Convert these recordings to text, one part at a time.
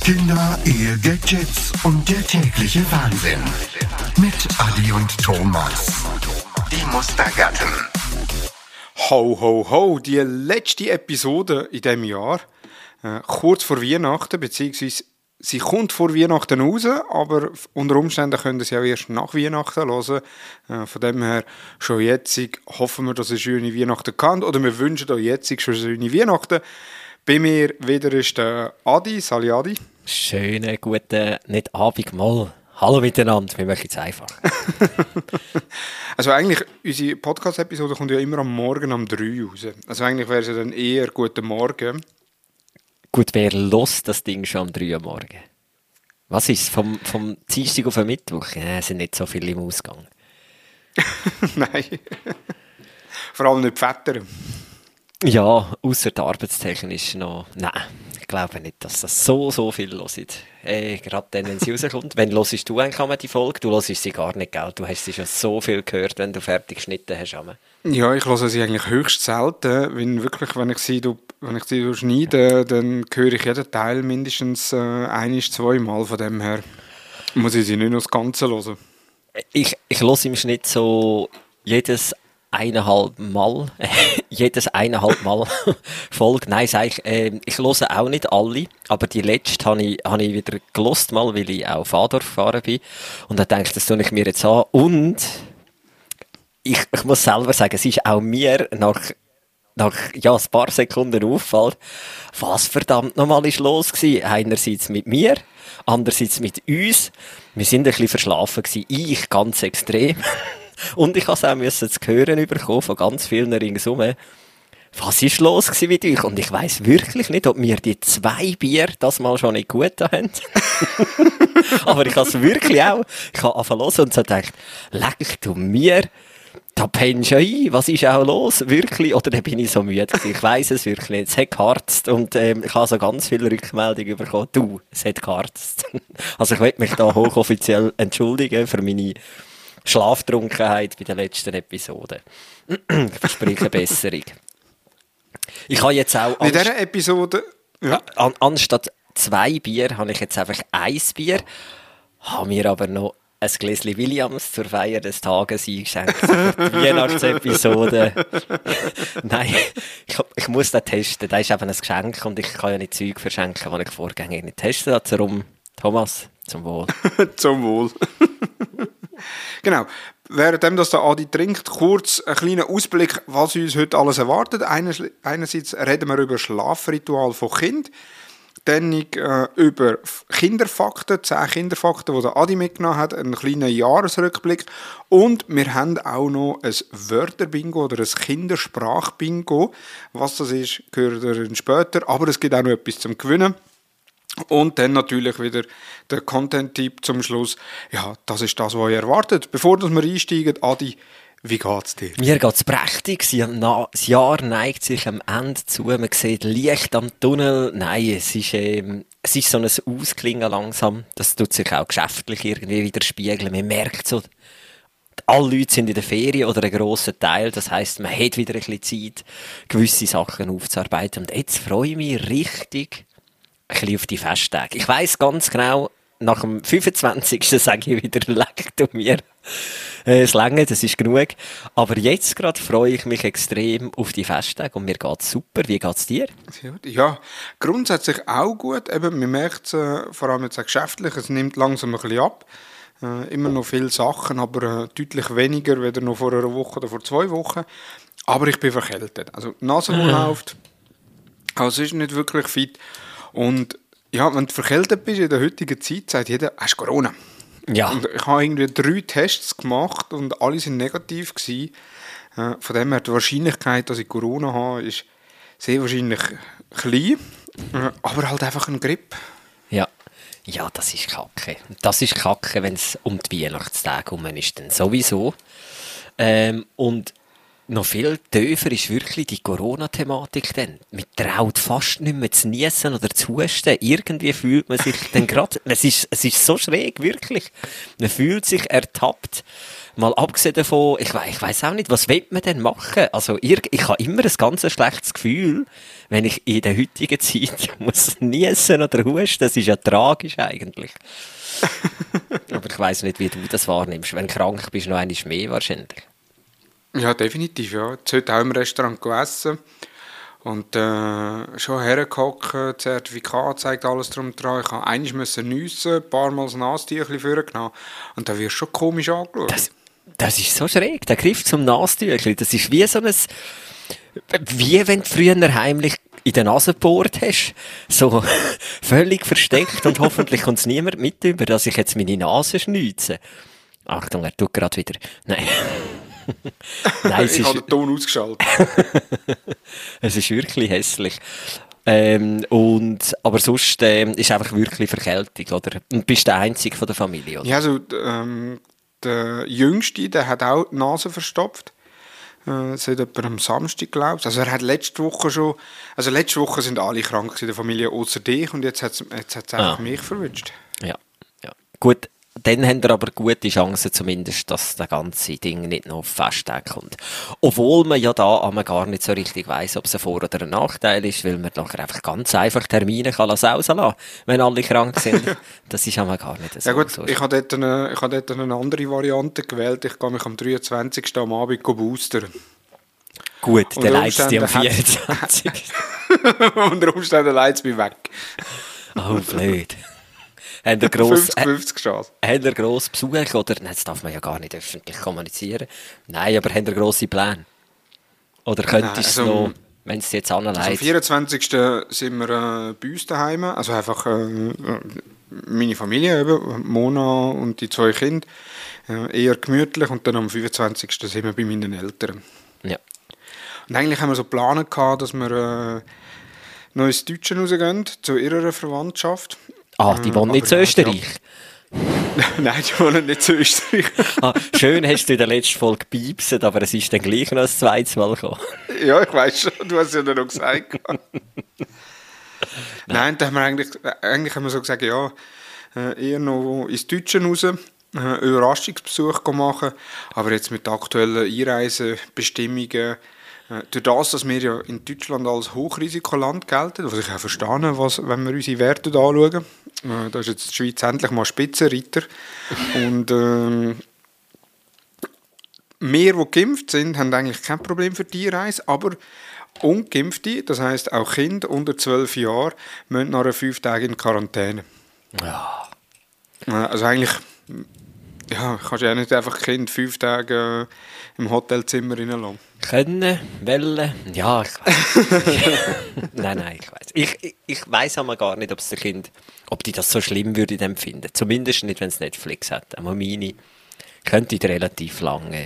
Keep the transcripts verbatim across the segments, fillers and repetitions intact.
Kinder, Ehe, Gadgets und der tägliche Wahnsinn. Mit Adi und Thomas. Die Mustergatten. Ho, ho, ho, die letzte Episode in diesem Jahr. Äh, kurz vor Weihnachten, beziehungsweise sie kommt vor Weihnachten raus, aber unter Umständen können Sie auch erst nach Weihnachten hören. Äh, von dem her, schon jetzt hoffen wir, dass ihr schöne Weihnachten habt, oder wir wünschen euch jetzt schon schöne Weihnachten. Bei mir wieder ist der Adi. Sali Adi. Schönen guten, nicht Abend mal. Hallo miteinander, wir machen es einfach. Also eigentlich, unsere Podcast-Episode kommt ja immer am Morgen um drei raus. Also eigentlich wäre es ja dann eher guten Morgen. Gut, wer los das Ding schon um drei Uhr morgen? Was ist vom, vom Dienstag auf den Mittwoch? Ja, es sind nicht so viele im Ausgang. Nein. Vor allem nicht die Väter. Ja, ausser der arbeitstechnisch noch. Nein, ich glaube nicht, dass das so, so viel los ist. Äh, gerade dann, wenn sie rauskommt. Wenn hörst du eigentlich einmal die Folge? Du hörst sie gar nicht, gell? Du hast sie schon so viel gehört, wenn du fertig geschnitten hast. Einmal. Ja, ich höre sie eigentlich höchst selten. Wenn, wirklich, wenn ich sie, wenn ich sie schneide, dann höre ich jeden Teil mindestens äh, ein- bis zweimal. Von dem her muss ich sie nicht noch das Ganze hören. Ich, ich höre im Schnitt so jedes eineinhalb Mal, jedes eineinhalb Mal Folge. Nein, sag ich, äh, ich höre auch nicht alle, aber die letzte habe ich, habe ich wieder gelost mal, weil ich auch auf Adorf gefahren bin. Und dann denke ich, das tue ich mir jetzt an. Und ich, ich muss selber sagen, es ist auch mir nach, nach ja, ein paar Sekunden auffällt, was verdammt nochmal ist los gewesen. Einerseits mit mir, andererseits mit uns. Wir sind ein bisschen verschlafen gewesen. Ich ganz extrem. Und ich musste es auch zu hören bekommen von ganz vielen ringsum. Was war los gewesen mit euch? Und ich weiss wirklich nicht, ob mir die zwei Bier das mal schon nicht gut haben. Aber ich habe es wirklich auch. Ich habe angefangen zu hören und so gedacht, leck du mir, da pennst du ein. Was ist auch los? Wirklich? Oder bin ich so müde gewesen? Ich weiss es wirklich nicht. Es hat geharzt. Und ähm, ich habe so ganz viele Rückmeldungen bekommen. Du, es hat geharzt. Also ich will mich da hochoffiziell entschuldigen für meine Schlaftrunkenheit bei der letzten Episode. Ich verspreche Besserung. Ich habe jetzt auch... In dieser Episode... Ja. An, anstatt zwei Bier habe ich jetzt einfach ein Bier. Habe mir aber noch ein Gläschen Williams zur Feier des Tages eingeschenkt. Für die Weihnachtsepisode. Nein, ich, ich muss das testen. Das ist eben ein Geschenk und ich kann ja nicht Zeug verschenken, die ich vorgängig nicht testen habe. Darum, Thomas, zum Wohl. Zum Wohl. Genau. Währenddem, dass der Adi trinkt, kurz ein kleiner Ausblick, was uns heute alles erwartet. Einerseits reden wir über Schlafritual von Kind, dann äh, über Kinderfakten, zehn Kinderfakten, die der Adi mitgenommen hat, einen kleinen Jahresrückblick und wir haben auch noch ein Wörterbingo oder ein Kindersprachbingo. Was das ist, gehört ihr später, aber es gibt auch noch etwas zum Gewinnen. Und dann natürlich wieder der Content-Tipp zum Schluss. Ja, das ist das, was ihr erwartet. Bevor wir einsteigen, Adi, wie geht's dir? Mir geht's prächtig. Das Jahr neigt sich am Ende zu. Man sieht Licht am Tunnel. Nein, es ist, ähm, es ist so ein Ausklingen langsam. Das tut sich auch geschäftlich irgendwie wieder spiegeln. Man merkt so, alle Leute sind in der Ferien oder ein grosser Teil. Das heisst, man hat wieder ein bisschen Zeit, gewisse Sachen aufzuarbeiten. Und jetzt freue ich mich richtig ein bisschen auf die Festtage. Ich weiss ganz genau, nach dem fünfundzwanzigsten sage ich wieder, leck du mir. Es lange, das ist genug. Aber jetzt gerade freue ich mich extrem auf die Festtage und mir geht's super. Wie geht's dir? Ja, grundsätzlich auch gut. Eben, man merkt es äh, vor allem jetzt auch geschäftlich, es nimmt langsam ein bisschen ab. Äh, immer noch viele Sachen, aber äh, deutlich weniger, weder noch vor einer Woche oder vor zwei Wochen. Aber ich bin verkältet. Also die Nase läuft. Also es ist nicht wirklich fit. Und ja, wenn du verkältet bist in der heutigen Zeit, sagt jeder, hast du Corona? Ja. Und ich habe irgendwie drei Tests gemacht und alle sind negativ gewesen. Äh, von dem her die Wahrscheinlichkeit, dass ich Corona habe, ist sehr wahrscheinlich klein. Äh, aber halt einfach ein Grippe. Ja. Ja, das ist kacke. Das ist kacke, wenn es um die Weihnachtstage herum ist, dann sowieso. Ähm, und noch viel tiefer ist wirklich die Corona-Thematik dann. Man traut fast nicht mehr zu niesen oder zu husten. Irgendwie fühlt man sich dann gerade, es ist, es ist so schräg, wirklich. Man fühlt sich ertappt. Mal abgesehen davon, ich, we- ich weiss auch nicht, was will man denn machen? Also, ich, ich habe immer ein ganz schlechtes Gefühl, wenn ich in der heutigen Zeit muss niesen oder husten. Das ist ja tragisch eigentlich. Aber ich weiss nicht, wie du das wahrnimmst. Wenn du krank bist, noch einmal mehr wahrscheinlich. Ja, definitiv, ja. Jetzt heute auch im Restaurant gegessen und äh, schon hergehockt, Zertifikat zeigt alles drum und dran. Ich musste einmal müssen niessen, ein paar Mal das Nastüchchen vorgenommen und da wirst du schon komisch angeschaut. Das, das ist so schräg. Der Griff zum Nastüchli, das ist wie so ein... Wie wenn du früher heimlich in der Nase gebohrt hast. So völlig versteckt und hoffentlich kommt es niemand mit über, dass ich jetzt meine Nase schnieze. Achtung, er tut gerade wieder... Nein. Nein, es ich ist... habe den Ton ausgeschaltet. Es ist wirklich hässlich. Ähm, und, aber sonst ähm, ist einfach wirklich Verkältung, oder? Und bist der Einzige von der Familie, oder? Ja, also ähm, der Jüngste, der hat auch die Nase verstopft. Äh, seit etwa am Samstag, glaube ich. Also er hat letzte Woche schon... Also letzte Woche sind alle krank in der Familie, außer dich. Und jetzt hat es jetzt hat's einfach Ah. mich verwünscht. Ja, ja. Gut, dann haben wir aber gute Chancen zumindest, dass das ganze Ding nicht noch auf Festtage kommt. Obwohl man ja da einmal gar nicht so richtig weiss, ob es ein Vor- oder ein Nachteil ist, weil man nachher einfach ganz einfach Termine kann rauslassen kann, wenn alle krank sind. Das ist einmal gar nicht so. Ja gut, so ich habe dort, eine, ich habe dort eine andere Variante gewählt. Ich gehe mich am dreiundzwanzigsten am Abend boostern. Gut, Unter dann leitest du dich am Umständen vierundzwanzigsten Unter Umständen leitet es mich weg. Oh, blöd. Haben wir gross, fünfzig fünfzig Chance. haben wir gross Besuch, oder? Nein, das darf man ja gar nicht öffentlich kommunizieren. Nein, aber haben wir grosse Pläne? Oder könntest du Nein, also, noch, wenn es jetzt Also am anleitet? vierundzwanzigsten sind wir äh, bei uns daheim. Also einfach äh, meine Familie, eben, Mona und die zwei Kinder. Äh, eher gemütlich. Und dann am fünfundzwanzigsten sind wir bei meinen Eltern. Ja. Und eigentlich haben wir so geplant gehabt, dass wir äh, noch ins Deutsche rausgehen, zu ihrer Verwandtschaft. Ah, die Äh, wohnen nicht aber in ja, Österreich. Nein, die wohnen nicht zu Österreich. Ah, schön hast du in der letzten Folge gepiepset, aber es ist dann gleich noch ein zweites Mal gekommen. Ja, ich weiß schon, du hast es ja noch gesagt. Nein, da haben wir eigentlich, eigentlich haben wir so gesagt, ja, äh, eher noch ins Deutsche raus, äh, Überraschungsbesuch machen, aber jetzt mit aktuellen Einreisebestimmungen, äh, durch das, dass wir ja in Deutschland als Hochrisikoland gelten, was ich auch verstehe, was, wenn wir unsere Werte anschauen, äh, da ist jetzt die Schweiz endlich mal Spitzenreiter und ähm, wir, die geimpft sind, haben eigentlich kein Problem für die Reise, aber Ungeimpfte, das heisst auch Kinder unter zwölf Jahren, müssen nach fünf Tagen in Quarantäne. Ja. Äh, Also eigentlich, ja, kannst du ja nicht einfach Kind fünf Tage äh, im Hotelzimmer reinlassen. Können, wollen, ja, ich weiss. Nein, nein, ich weiss. Ich, ich, ich weiss aber gar nicht, ob es der Kind, ob die das so schlimm würde empfinden. Zumindest nicht, wenn es Netflix hat. Aber meine könnte relativ lange,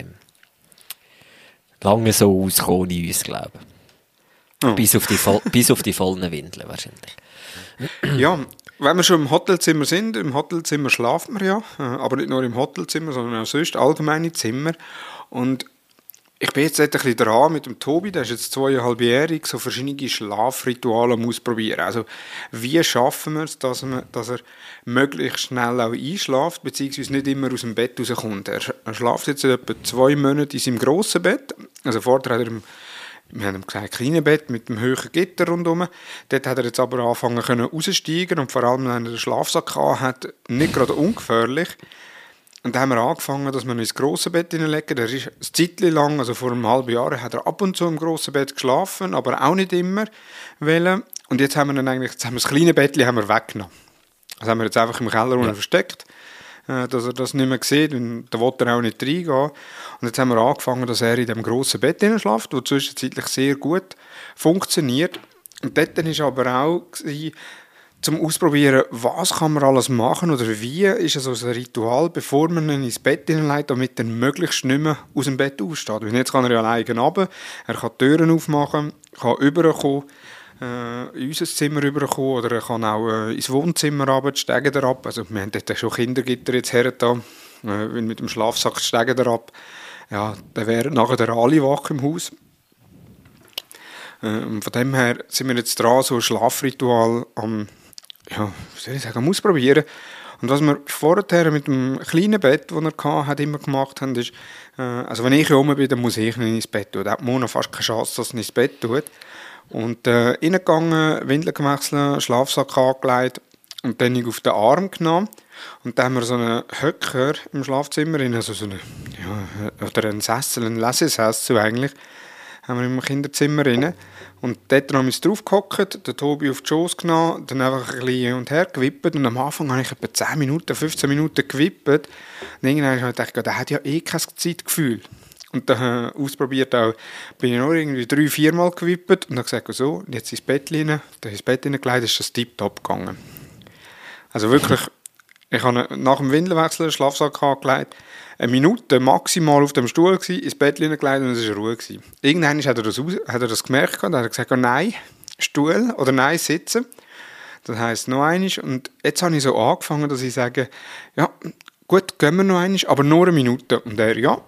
lange so auskommen in uns, glaube ich. Oh. Bis auf die, voll, bis auf die vollen Windeln wahrscheinlich. Ja, wenn wir schon im Hotelzimmer sind, im Hotelzimmer schlafen wir ja, äh, aber nicht nur im Hotelzimmer, sondern auch sonst allgemeine Zimmer. Und ich bin jetzt ein bisschen dran mit dem Tobi, der ist jetzt zweieinhalbjährig, so verschiedene Schlafrituale am Ausprobieren. Also wie schaffen wir es, dass, wir, dass er möglichst schnell auch einschläft, beziehungsweise nicht immer aus dem Bett rauskommt. Er, er schläft jetzt etwa zwei Monate in seinem grossen Bett, also vorher hat er im Wir haben ihm gesagt, ein kleines Bett mit einem hohen Gitter rundherum. Dort hat er jetzt aber angefangen können rauszusteigen und vor allem, wenn er den Schlafsack hat, nicht gerade ungefährlich. Und dann haben wir angefangen, dass wir ihn ins grosse Bett hineinlegen. Der ist ein Zeitchen lang, also vor einem halben Jahr, hat er ab und zu im grossen Bett geschlafen, aber auch nicht immer wollen. Und jetzt haben wir dann eigentlich, jetzt haben wir das kleine Bettchen haben wir weggenommen. Das haben wir jetzt einfach im Keller unten ja. versteckt, dass er das nicht mehr sieht, und da will er auch nicht reingehen. Und jetzt haben wir angefangen, dass er in dem grossen Bett schläft, das zwischenzeitlich sehr gut funktioniert. Und dort war aber auch gewesen, zum Ausprobieren, was kann man alles machen oder wie ist es also ein Ritual, bevor man ihn ins Bett hineinlegt, damit er möglichst nicht mehr aus dem Bett aufsteht. Weil jetzt kann er ja alleine runter, er kann die Türen aufmachen, kann rüberkommen, äh, in unser Zimmer rüberkommen oder er kann auch äh, ins Wohnzimmer runter, die Stege da ab. Also wir haben dort schon Kindergitter jetzt hergetan, äh, mit dem Schlafsack die Stege da ab. ja, dann wären nachher alle wach im Haus. Äh, und von dem her sind wir jetzt dran, so ein Schlafritual am, ja, wie soll ich sagen, am Ausprobieren. Und was wir vorher mit dem kleinen Bett, das er hatte, immer gemacht haben, ist, äh, also wenn ich rum bin, dann muss ich nicht ins Bett tun. Da hat Mona fast keine Chance, dass er ins Bett tut. Und äh, reingegangen, Windeln gewechselt, Schlafsack angelegt und dann auf den Arm genommen. Und dann haben wir so einen Höcker im Schlafzimmer, also so eine, ja, oder einen Sessel, einen Lesesessel eigentlich, haben wir im Kinderzimmer rein. Und dort haben wir uns drauf gehockt, den Tobi auf die Schoß genommen, dann einfach ein bisschen hin und her gewippt. Und am Anfang habe ich etwa zehn Minuten, fünfzehn Minuten gewippt. Und irgendwann habe ich gedacht, der hat ja eh kein Zeitgefühl. Und dann äh, ausprobiert auch, bin ich noch irgendwie drei, vier Mal gewippt und habe gesagt, so, jetzt ins Bett rein, dann ins Bett hineingelegt, ist das tiptop gegangen. Also wirklich, ich habe nach dem Windelwechsel einen Schlafsack angelegt, eine Minute maximal auf dem Stuhl gewesen, ins Bett hineingelegt und es war Ruhe gewesen. Irgendwann hat er das, aus, hat er das gemerkt und hat gesagt, oh, nein, Stuhl oder nein, sitzen. Das heisst noch einmal. Und jetzt habe ich so angefangen, dass ich sage, ja, gut, gehen wir noch einmal, aber nur eine Minute. Und er, ja.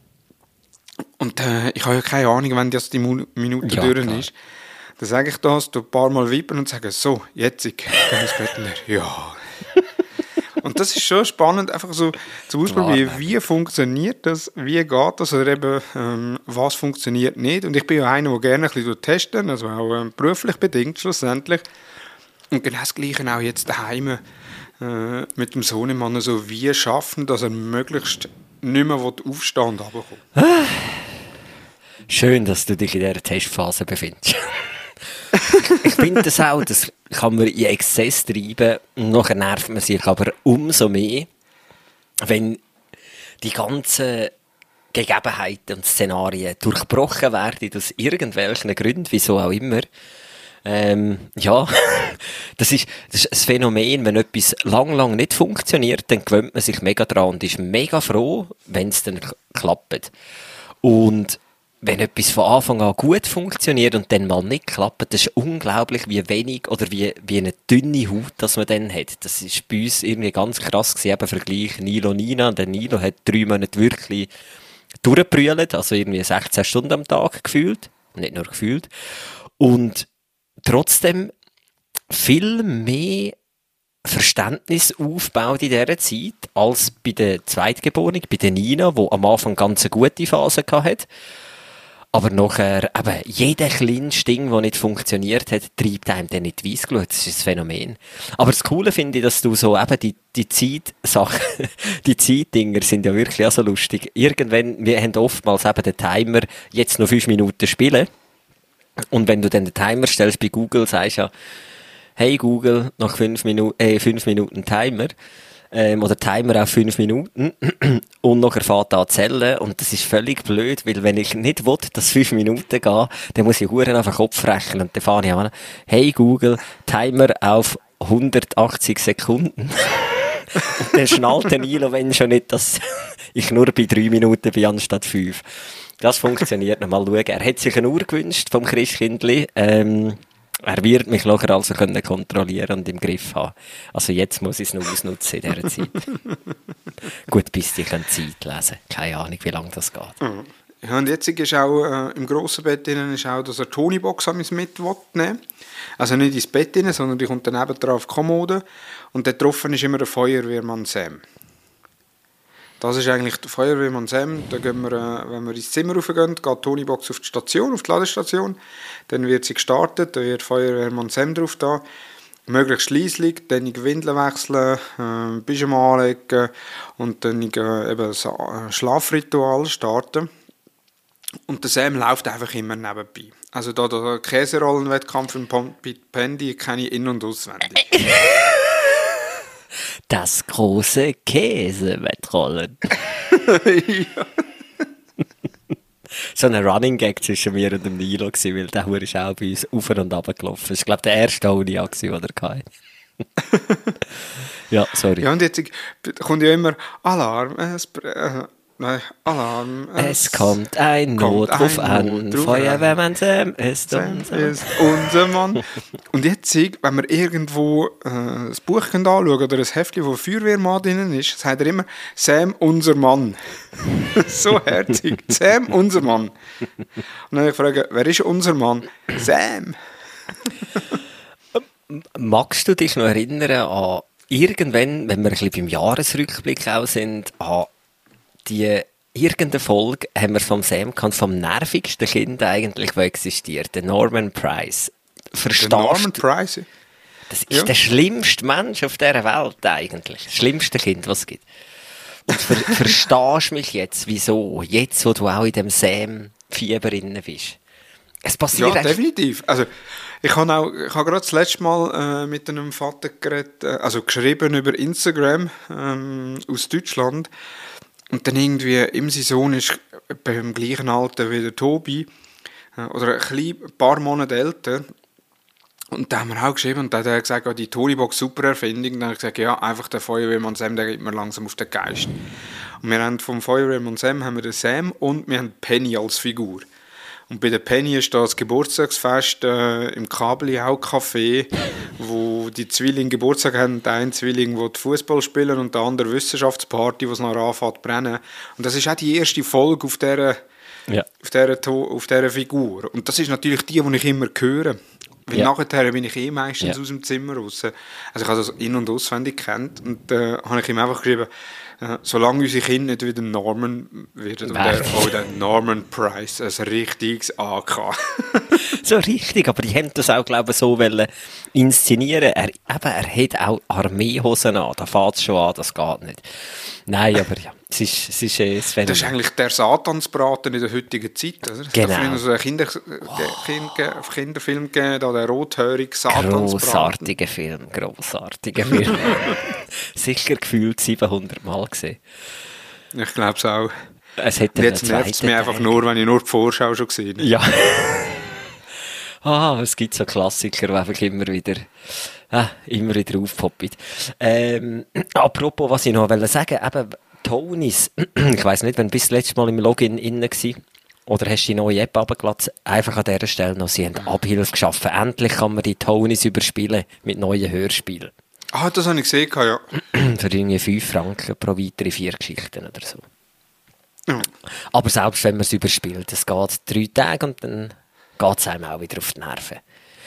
Und äh, ich habe ja keine Ahnung, wenn das die Minute ja, durch ist. Dann sage ich das, ein paar Mal wippen und sage, so, jetzt gehen wir ins Bett. Und er, ja. Und das ist schon spannend, einfach so zu ausprobieren, wie funktioniert das, wie geht das oder eben, ähm, was funktioniert nicht. Und ich bin ja einer, der gerne ein bisschen testen, also auch ähm, beruflich bedingt schlussendlich. Und genau das Gleiche auch jetzt daheim äh, mit dem Sohnemann, so wie schaffen, dass er möglichst nicht mehr aufstehen und runterkommen. Schön, dass du dich in dieser Testphase befindest. Ich finde das auch, das kann man in Exzess treiben und nachher nervt man sich aber umso mehr, wenn die ganzen Gegebenheiten und Szenarien durchbrochen werden aus irgendwelchen Gründen, wieso auch immer. Ähm, ja, das ist, das ist ein Phänomen, wenn etwas lang, lang nicht funktioniert, dann gewöhnt man sich mega dran und ist mega froh, wenn es dann klappt. Und wenn etwas von Anfang an gut funktioniert und dann mal nicht klappt, das ist unglaublich, wie wenig oder wie, wie eine dünne Haut das man dann hat. Das ist bei uns irgendwie ganz krass gewesen, eben Vergleich Nilo-Nina. Und der Nilo hat drei Monate wirklich durchgebrüllt, also irgendwie sechzehn Stunden am Tag gefühlt. Nicht nur gefühlt. Und trotzdem viel mehr Verständnis aufgebaut in dieser Zeit als bei der Zweitgeborenen, bei der Nina, die am Anfang ganz eine gute Phase hatte. Aber nachher, eben, jeder kleinste Ding, der nicht funktioniert hat, treibt einem dann nicht die Weissglut. Das ist ein Phänomen. Aber das Coole finde ich, dass du so eben die, die Zeitsachen, die Zeitdinger sind ja wirklich auch so lustig. Irgendwann, wir haben oftmals eben den Timer, jetzt noch fünf Minuten spielen. Und wenn du dann den Timer stellst bei Google, sagst du ja, hey Google, nach fünf Minuten, äh, fünf Minuten Timer. Ähm, oder Timer auf fünf Minuten und nachher fährt an zu zählen und das ist völlig blöd, weil wenn ich nicht will, dass fünf Minuten gehen, dann muss ich Huren auf den Kopf rechnen und dann fahre ich an, hey Google, Timer auf hundertachtzig Sekunden und dann schnallt der Nilo, wenn schon nicht, dass ich nur bei drei Minuten bin anstatt fünf. Das funktioniert noch. Mal schauen. Er hat sich eine Uhr gewünscht vom Christkindli. Ähm, Er wird mich locker also können kontrollieren und im Griff haben. Also jetzt muss ich es noch ausnutzen in dieser Zeit. Gut, bis ich Zeit lesen kann. Keine Ahnung, wie lange das geht. Ja, und jetzt ist auch äh, im grossen Bett drin, ist auch, dass er die Tonybox mit nehmen. Also nicht ins Bett rein, sondern die kommt daneben drauf auf die Kommode. Und dort drauf ist immer der Feuerwehrmann Sam. Das ist eigentlich der Feuerwehrmann Sam. Da gehen wir, äh, wenn wir ins Zimmer raufgehen, geht die Tonybox auf die Station, auf die Ladestation. Dann wird sie gestartet, da wird Feuerwehrmann Sam drauf da. Möglichst schliesslich, dann ich Windeln wechseln, äh, Pyjama anlegen und dann ich, äh, eben das äh, Schlafritual starten. Und der Sam läuft einfach immer nebenbei. Also da der Käserollenwettkampf im Pendi kenne ich in- und auswendig. Das große Käsewettrollen. Ja. So ein Running Gag zwischen mir und dem Nilo gewesen, weil der Hure ist auch bei uns auf und ab gelaufen. Das war, glaube ich, der erste Audio, den er hatte. Ja, sorry. Ja, und jetzt kommt ja immer Alarm, äh, Nein, Alarm. Es, es kommt ein kommt Notruf ein an. Notruf Feuerwehrmann Sam ist Sam unser ist unser Mann. Und jetzt, wenn wir irgendwo äh, ein Buch anschauen oder ein Heftchen, wo ein Feuerwehrmann drin ist, sagt er immer, Sam, unser Mann. So herzig. Sam, unser Mann. Und dann habe ich gefragt, wer ist unser Mann? Sam. Magst du dich noch erinnern an irgendwann, wenn wir ein bisschen beim Jahresrückblick auch sind, an die irgendeine Folge haben wir vom Sam gehabt, vom nervigsten Kind eigentlich, der existiert, der Norman Price. Verstehst der Norman Price? Das ist ja. der schlimmste Mensch auf dieser Welt eigentlich. Das schlimmste Kind, was es gibt. Und ver verstehst mich jetzt, wieso? Jetzt, wo du auch in dem Sam-Fieber drin bist. Es passiert ja, definitiv. Also, ich habe auch, ich habe gerade das letzte Mal äh, mit einem Vater geredet, äh, also geschrieben über Instagram ähm, aus Deutschland. Und dann irgendwie, ihm sein Sohn ist beim gleichen Alter wie der Tobi, oder ein, klein, ein paar Monate älter. Und da haben wir auch geschrieben, und da hat er gesagt, oh, die Tonybox, super Erfindung. Und dann habe ich gesagt, ja, einfach der Feuerwehrmann Sam, der geht mir langsam auf den Geist. Und wir haben vom Feuerwehrmann Sam haben wir den Sam und wir haben Penny als Figur. Und bei der Penny ist das Geburtstagsfest äh, im Kabeljau-Café, wo die Zwillinge Geburtstag haben. Der eine Zwilling will Fußball spielen und der andere Wissenschaftsparty, wo es noch anfängt zu brennen. Und das ist auch die erste Folge auf dieser, ja. auf dieser, auf dieser Figur. Und das ist natürlich die, die ich immer höre. Weil ja. nachher bin ich eh meistens ja. aus dem Zimmer raus. Also ich habe das in- und auswendig gekannt. Und da äh, habe ich ihm einfach geschrieben, äh, solange unsere Kinder nicht wieder Norman werden, und der, oh, der Norman Price, ein richtiges A K. So richtig, aber die haben das auch, glaube ich, so wollen inszenieren. Er, eben, er hat auch Armeehosen an, da fängt es schon an, das geht nicht. Nein, aber ja, es ist, es ist äh, Sven. Das ist eigentlich der Satansbraten in der heutigen Zeit, oder? Es genau. Es darf so einen Kinder, oh. Kinder, Kinderfilm geben, da der rothörige Satansbraten. Grossartiger Film, grossartiger Film. Sicher gefühlt siebenhundert Mal gesehen. Ich glaube es auch. Es hätte jetzt nervt es mich einfach nur, wenn ich nur die Vorschau schon gesehen habe. Ja. Ah, es gibt so Klassiker, die einfach immer wieder, ah, immer wieder aufpoppen. Ähm, apropos, was ich noch sagen wollte, eben Tonys, ich weiss nicht, wenn du bis das letzte Mal im Login innen warst, oder hast du die neue App runtergeladen, einfach an dieser Stelle noch, sie haben Abhilfe geschaffen. Endlich kann man die Tonys überspielen mit neuen Hörspielen. Ah, das habe ich gesehen, ja. Für irgendwie fünf Franken pro weitere vier Geschichten oder so. Ja. Aber selbst wenn man es überspielt, es geht drei Tage und dann geht es einem auch wieder auf die Nerven.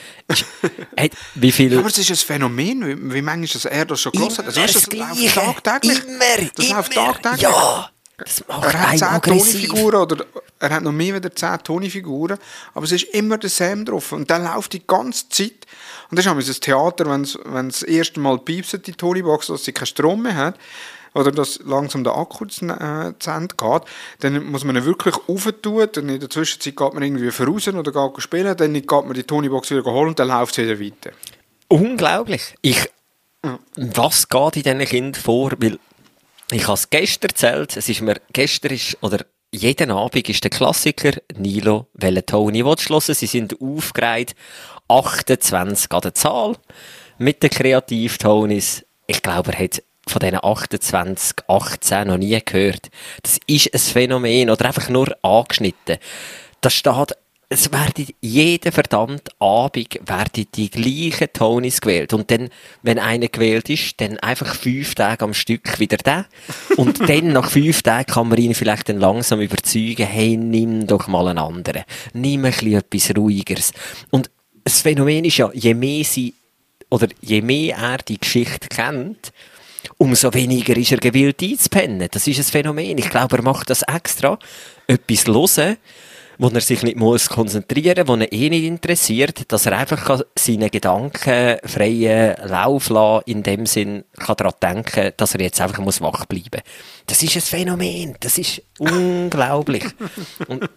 Hey, wie viel... Ja, aber es ist ein Phänomen, wie, wie manchmal das er das schon gehört hat. Also, weißt, das läuft tagtäglich. Immer, das immer. läuft tagtäglich. Ja, das macht er hat zehn aggressiv. Toni-Figuren, oder er hat noch mehr als zehn Toni-Figuren, aber es ist immer der Sam drauf. Und der läuft die ganze Zeit. Und das ist auch ein Theater, wenn es das erste Mal piepst, die Tony-Box, dass sie keinen Strom mehr hat, oder dass langsam der Akku zu äh, Ende geht, dann muss man ihn wirklich aufentun, dann in der Zwischenzeit geht man irgendwie voraus oder geht spielen, dann geht man die Tony-Box wieder holen und dann läuft es wieder weiter. Unglaublich. Ich, ja. Was geht in diesen Kindern vor? Weil ich habe es gestern erzählt, es ist mir, gestern ist, oder jeden Abend ist der Klassiker, Nilo, welchen Tony willst du hören? Sie sind aufgereiht, achtundzwanzig an der Zahl, mit den Kreativ-Tonys. Ich glaube, er hat von diesen achtundzwanzig, achtzehn noch nie gehört. Das ist ein Phänomen, oder einfach nur angeschnitten. Da steht, es werden jeden verdammten Abend werden die gleichen Tonys gewählt. Und dann, wenn einer gewählt ist, dann einfach fünf Tage am Stück wieder der. Und dann, nach fünf Tagen, kann man ihn vielleicht dann langsam überzeugen, hey, nimm doch mal einen anderen. Nimm ein bisschen etwas Ruhigeres. Und das Phänomen ist ja, je mehr sie, oder je mehr er die Geschichte kennt, umso weniger ist er gewillt einzupennen. Das ist ein Phänomen. Ich glaube, er macht das extra. Etwas hören, wo er sich nicht muss konzentrieren muss, wo er eh nicht interessiert, dass er einfach seine Gedanken freien Lauf lassen, in dem Sinn kann daran denken, dass er jetzt einfach muss wach bleiben muss. Das ist ein Phänomen. Das ist unglaublich. Und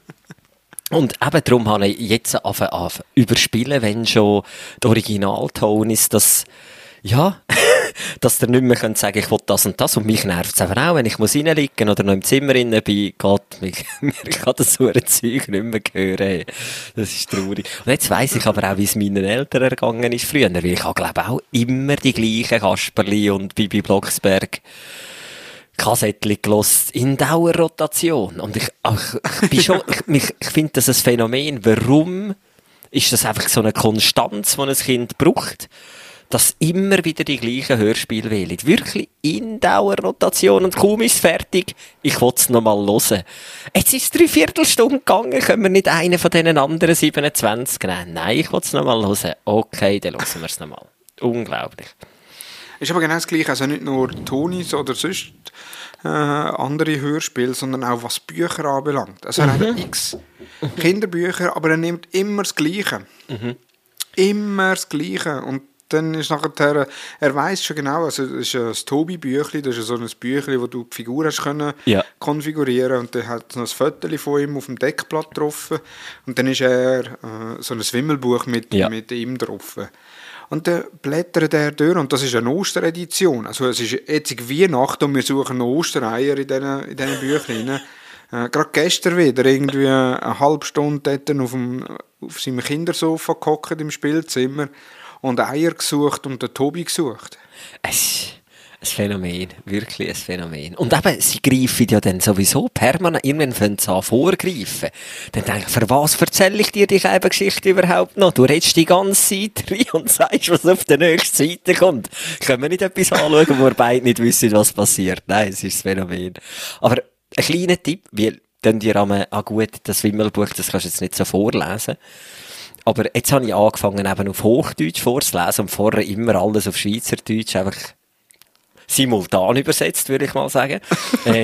Und eben darum habe ich jetzt angefangen überspielen, wenn schon die Originalton ist, dass, ja, dass der nicht mehr sagen kann, ich will das und das. Und mich nervt es einfach auch, wenn ich muss reinliegen oder noch im Zimmer rein bin, geht mich, ich kann das so ein Zeug nicht mehr hören. Das ist traurig. Und jetzt weiss ich aber auch, wie es meinen Eltern ergangen ist früher, weil ich habe, glaube auch immer die gleichen Kasperli und Bibi Blocksberg Kassettchen gehört in Dauerrotation. Und ich, ach, ich, bin schon, ich, mich, ich finde das ein Phänomen. Warum ist das einfach so eine Konstanz, die ein Kind braucht, dass immer wieder die gleichen Hörspiele wählen? Wirklich in Dauerrotation und kaum ist es fertig, ich will es nochmal hören. Jetzt ist es drei Viertelstunde gegangen, können wir nicht einen von diesen anderen siebenundzwanzig nehmen? Nein, ich will es nochmal hören. Okay, dann hören wir es nochmal. Unglaublich. Ist aber genau das Gleiche, also nicht nur Tonis oder sonst äh, andere Hörspiele, sondern auch was Bücher anbelangt. Also er hat x Kinderbücher, aber er nimmt immer das Gleiche. Mhm. Immer das Gleiche. Und dann ist nachher, er weiss schon genau, also das ist ein Tobi-Büchli, das ist so ein Büchli, wo du die Figur hast können ja. konfigurieren, und dann hat noch ein Foto von ihm auf dem Deckblatt drauf, und dann ist er äh, so ein Wimmelbuch mit, ja. mit ihm drauf. Und dann blättert er durch, und das ist eine Osteredition. Also es ist jetzt Weihnachten und wir suchen noch Ostereier in diesen, in diesen Büchern. Äh, Gerade gestern wieder, irgendwie eine halbe Stunde dort auf, dem, auf seinem Kindersofa gehockt im Spielzimmer und Eier gesucht und den Tobi gesucht. Es ein Phänomen, wirklich ein Phänomen. Und eben, sie greifen ja dann sowieso permanent, irgendwann fangen sie an vorgreifen. Dann denke ich, für was erzähle ich dir die Geschichte überhaupt noch? Du redest die ganze Zeit rein und sagst, was auf der nächsten Seite kommt. Können wir nicht etwas anschauen, wo wir beide nicht wissen, was passiert? Nein, es ist ein Phänomen. Aber ein kleiner Tipp, weil dann dir am, ah gut, das Wimmelbuch, das kannst du jetzt nicht so vorlesen. Aber jetzt habe ich angefangen, eben auf Hochdeutsch vorzulesen und vorher immer alles auf Schweizerdeutsch, einfach simultan übersetzt, würde ich mal sagen. ähm,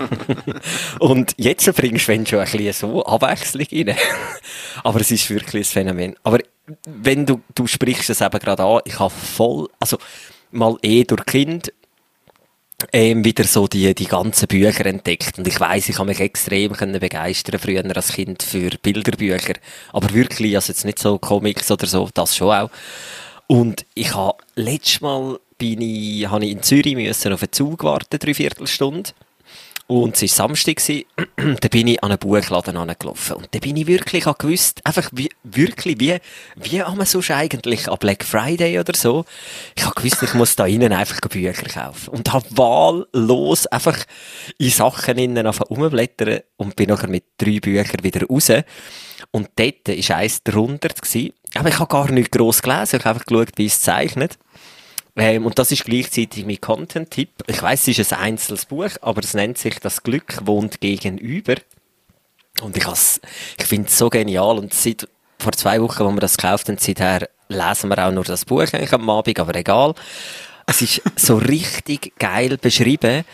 und jetzt bringst du schon ein bisschen so Abwechslung rein. Aber es ist wirklich ein Phänomen. Aber wenn du, du sprichst es eben gerade an, ich habe voll, also mal eh durch Kind ähm, wieder so die, die ganzen Bücher entdeckt. Und ich weiss, ich habe mich extrem können begeistern früher als Kind für Bilderbücher. Aber wirklich, also jetzt nicht so Comics oder so, das schon auch. Und ich habe letztes Mal bin ich, habe ich in Zürich müssen auf einen Zug warten, drei Viertelstunde. Und es war Samstag, da bin ich an einen Buchladen angelaufen. Und da bin ich wirklich auch gewusst, einfach wie, wirklich, wie, wie haben wir sonst eigentlich an Black Friday oder so. Ich habe gewusst, ich muss da innen einfach Bücher kaufen. Und habe wahllos einfach in Sachen innen rumblättern und bin nachher mit drei Büchern wieder raus. Und dort war eins drunter. Aber ich habe gar nicht gross gelesen, ich habe einfach geschaut, wie es zeichnet. Ähm, und das ist gleichzeitig mein Content-Tipp. Ich weiss, es ist ein einzelnes Buch, aber es nennt sich «Das Glück wohnt gegenüber». Und ich, ich finde es so genial. Und seit vor zwei Wochen, als wir das gekauft haben, seither lesen wir auch nur das Buch eigentlich am Abend, aber egal. Es ist so richtig geil beschrieben,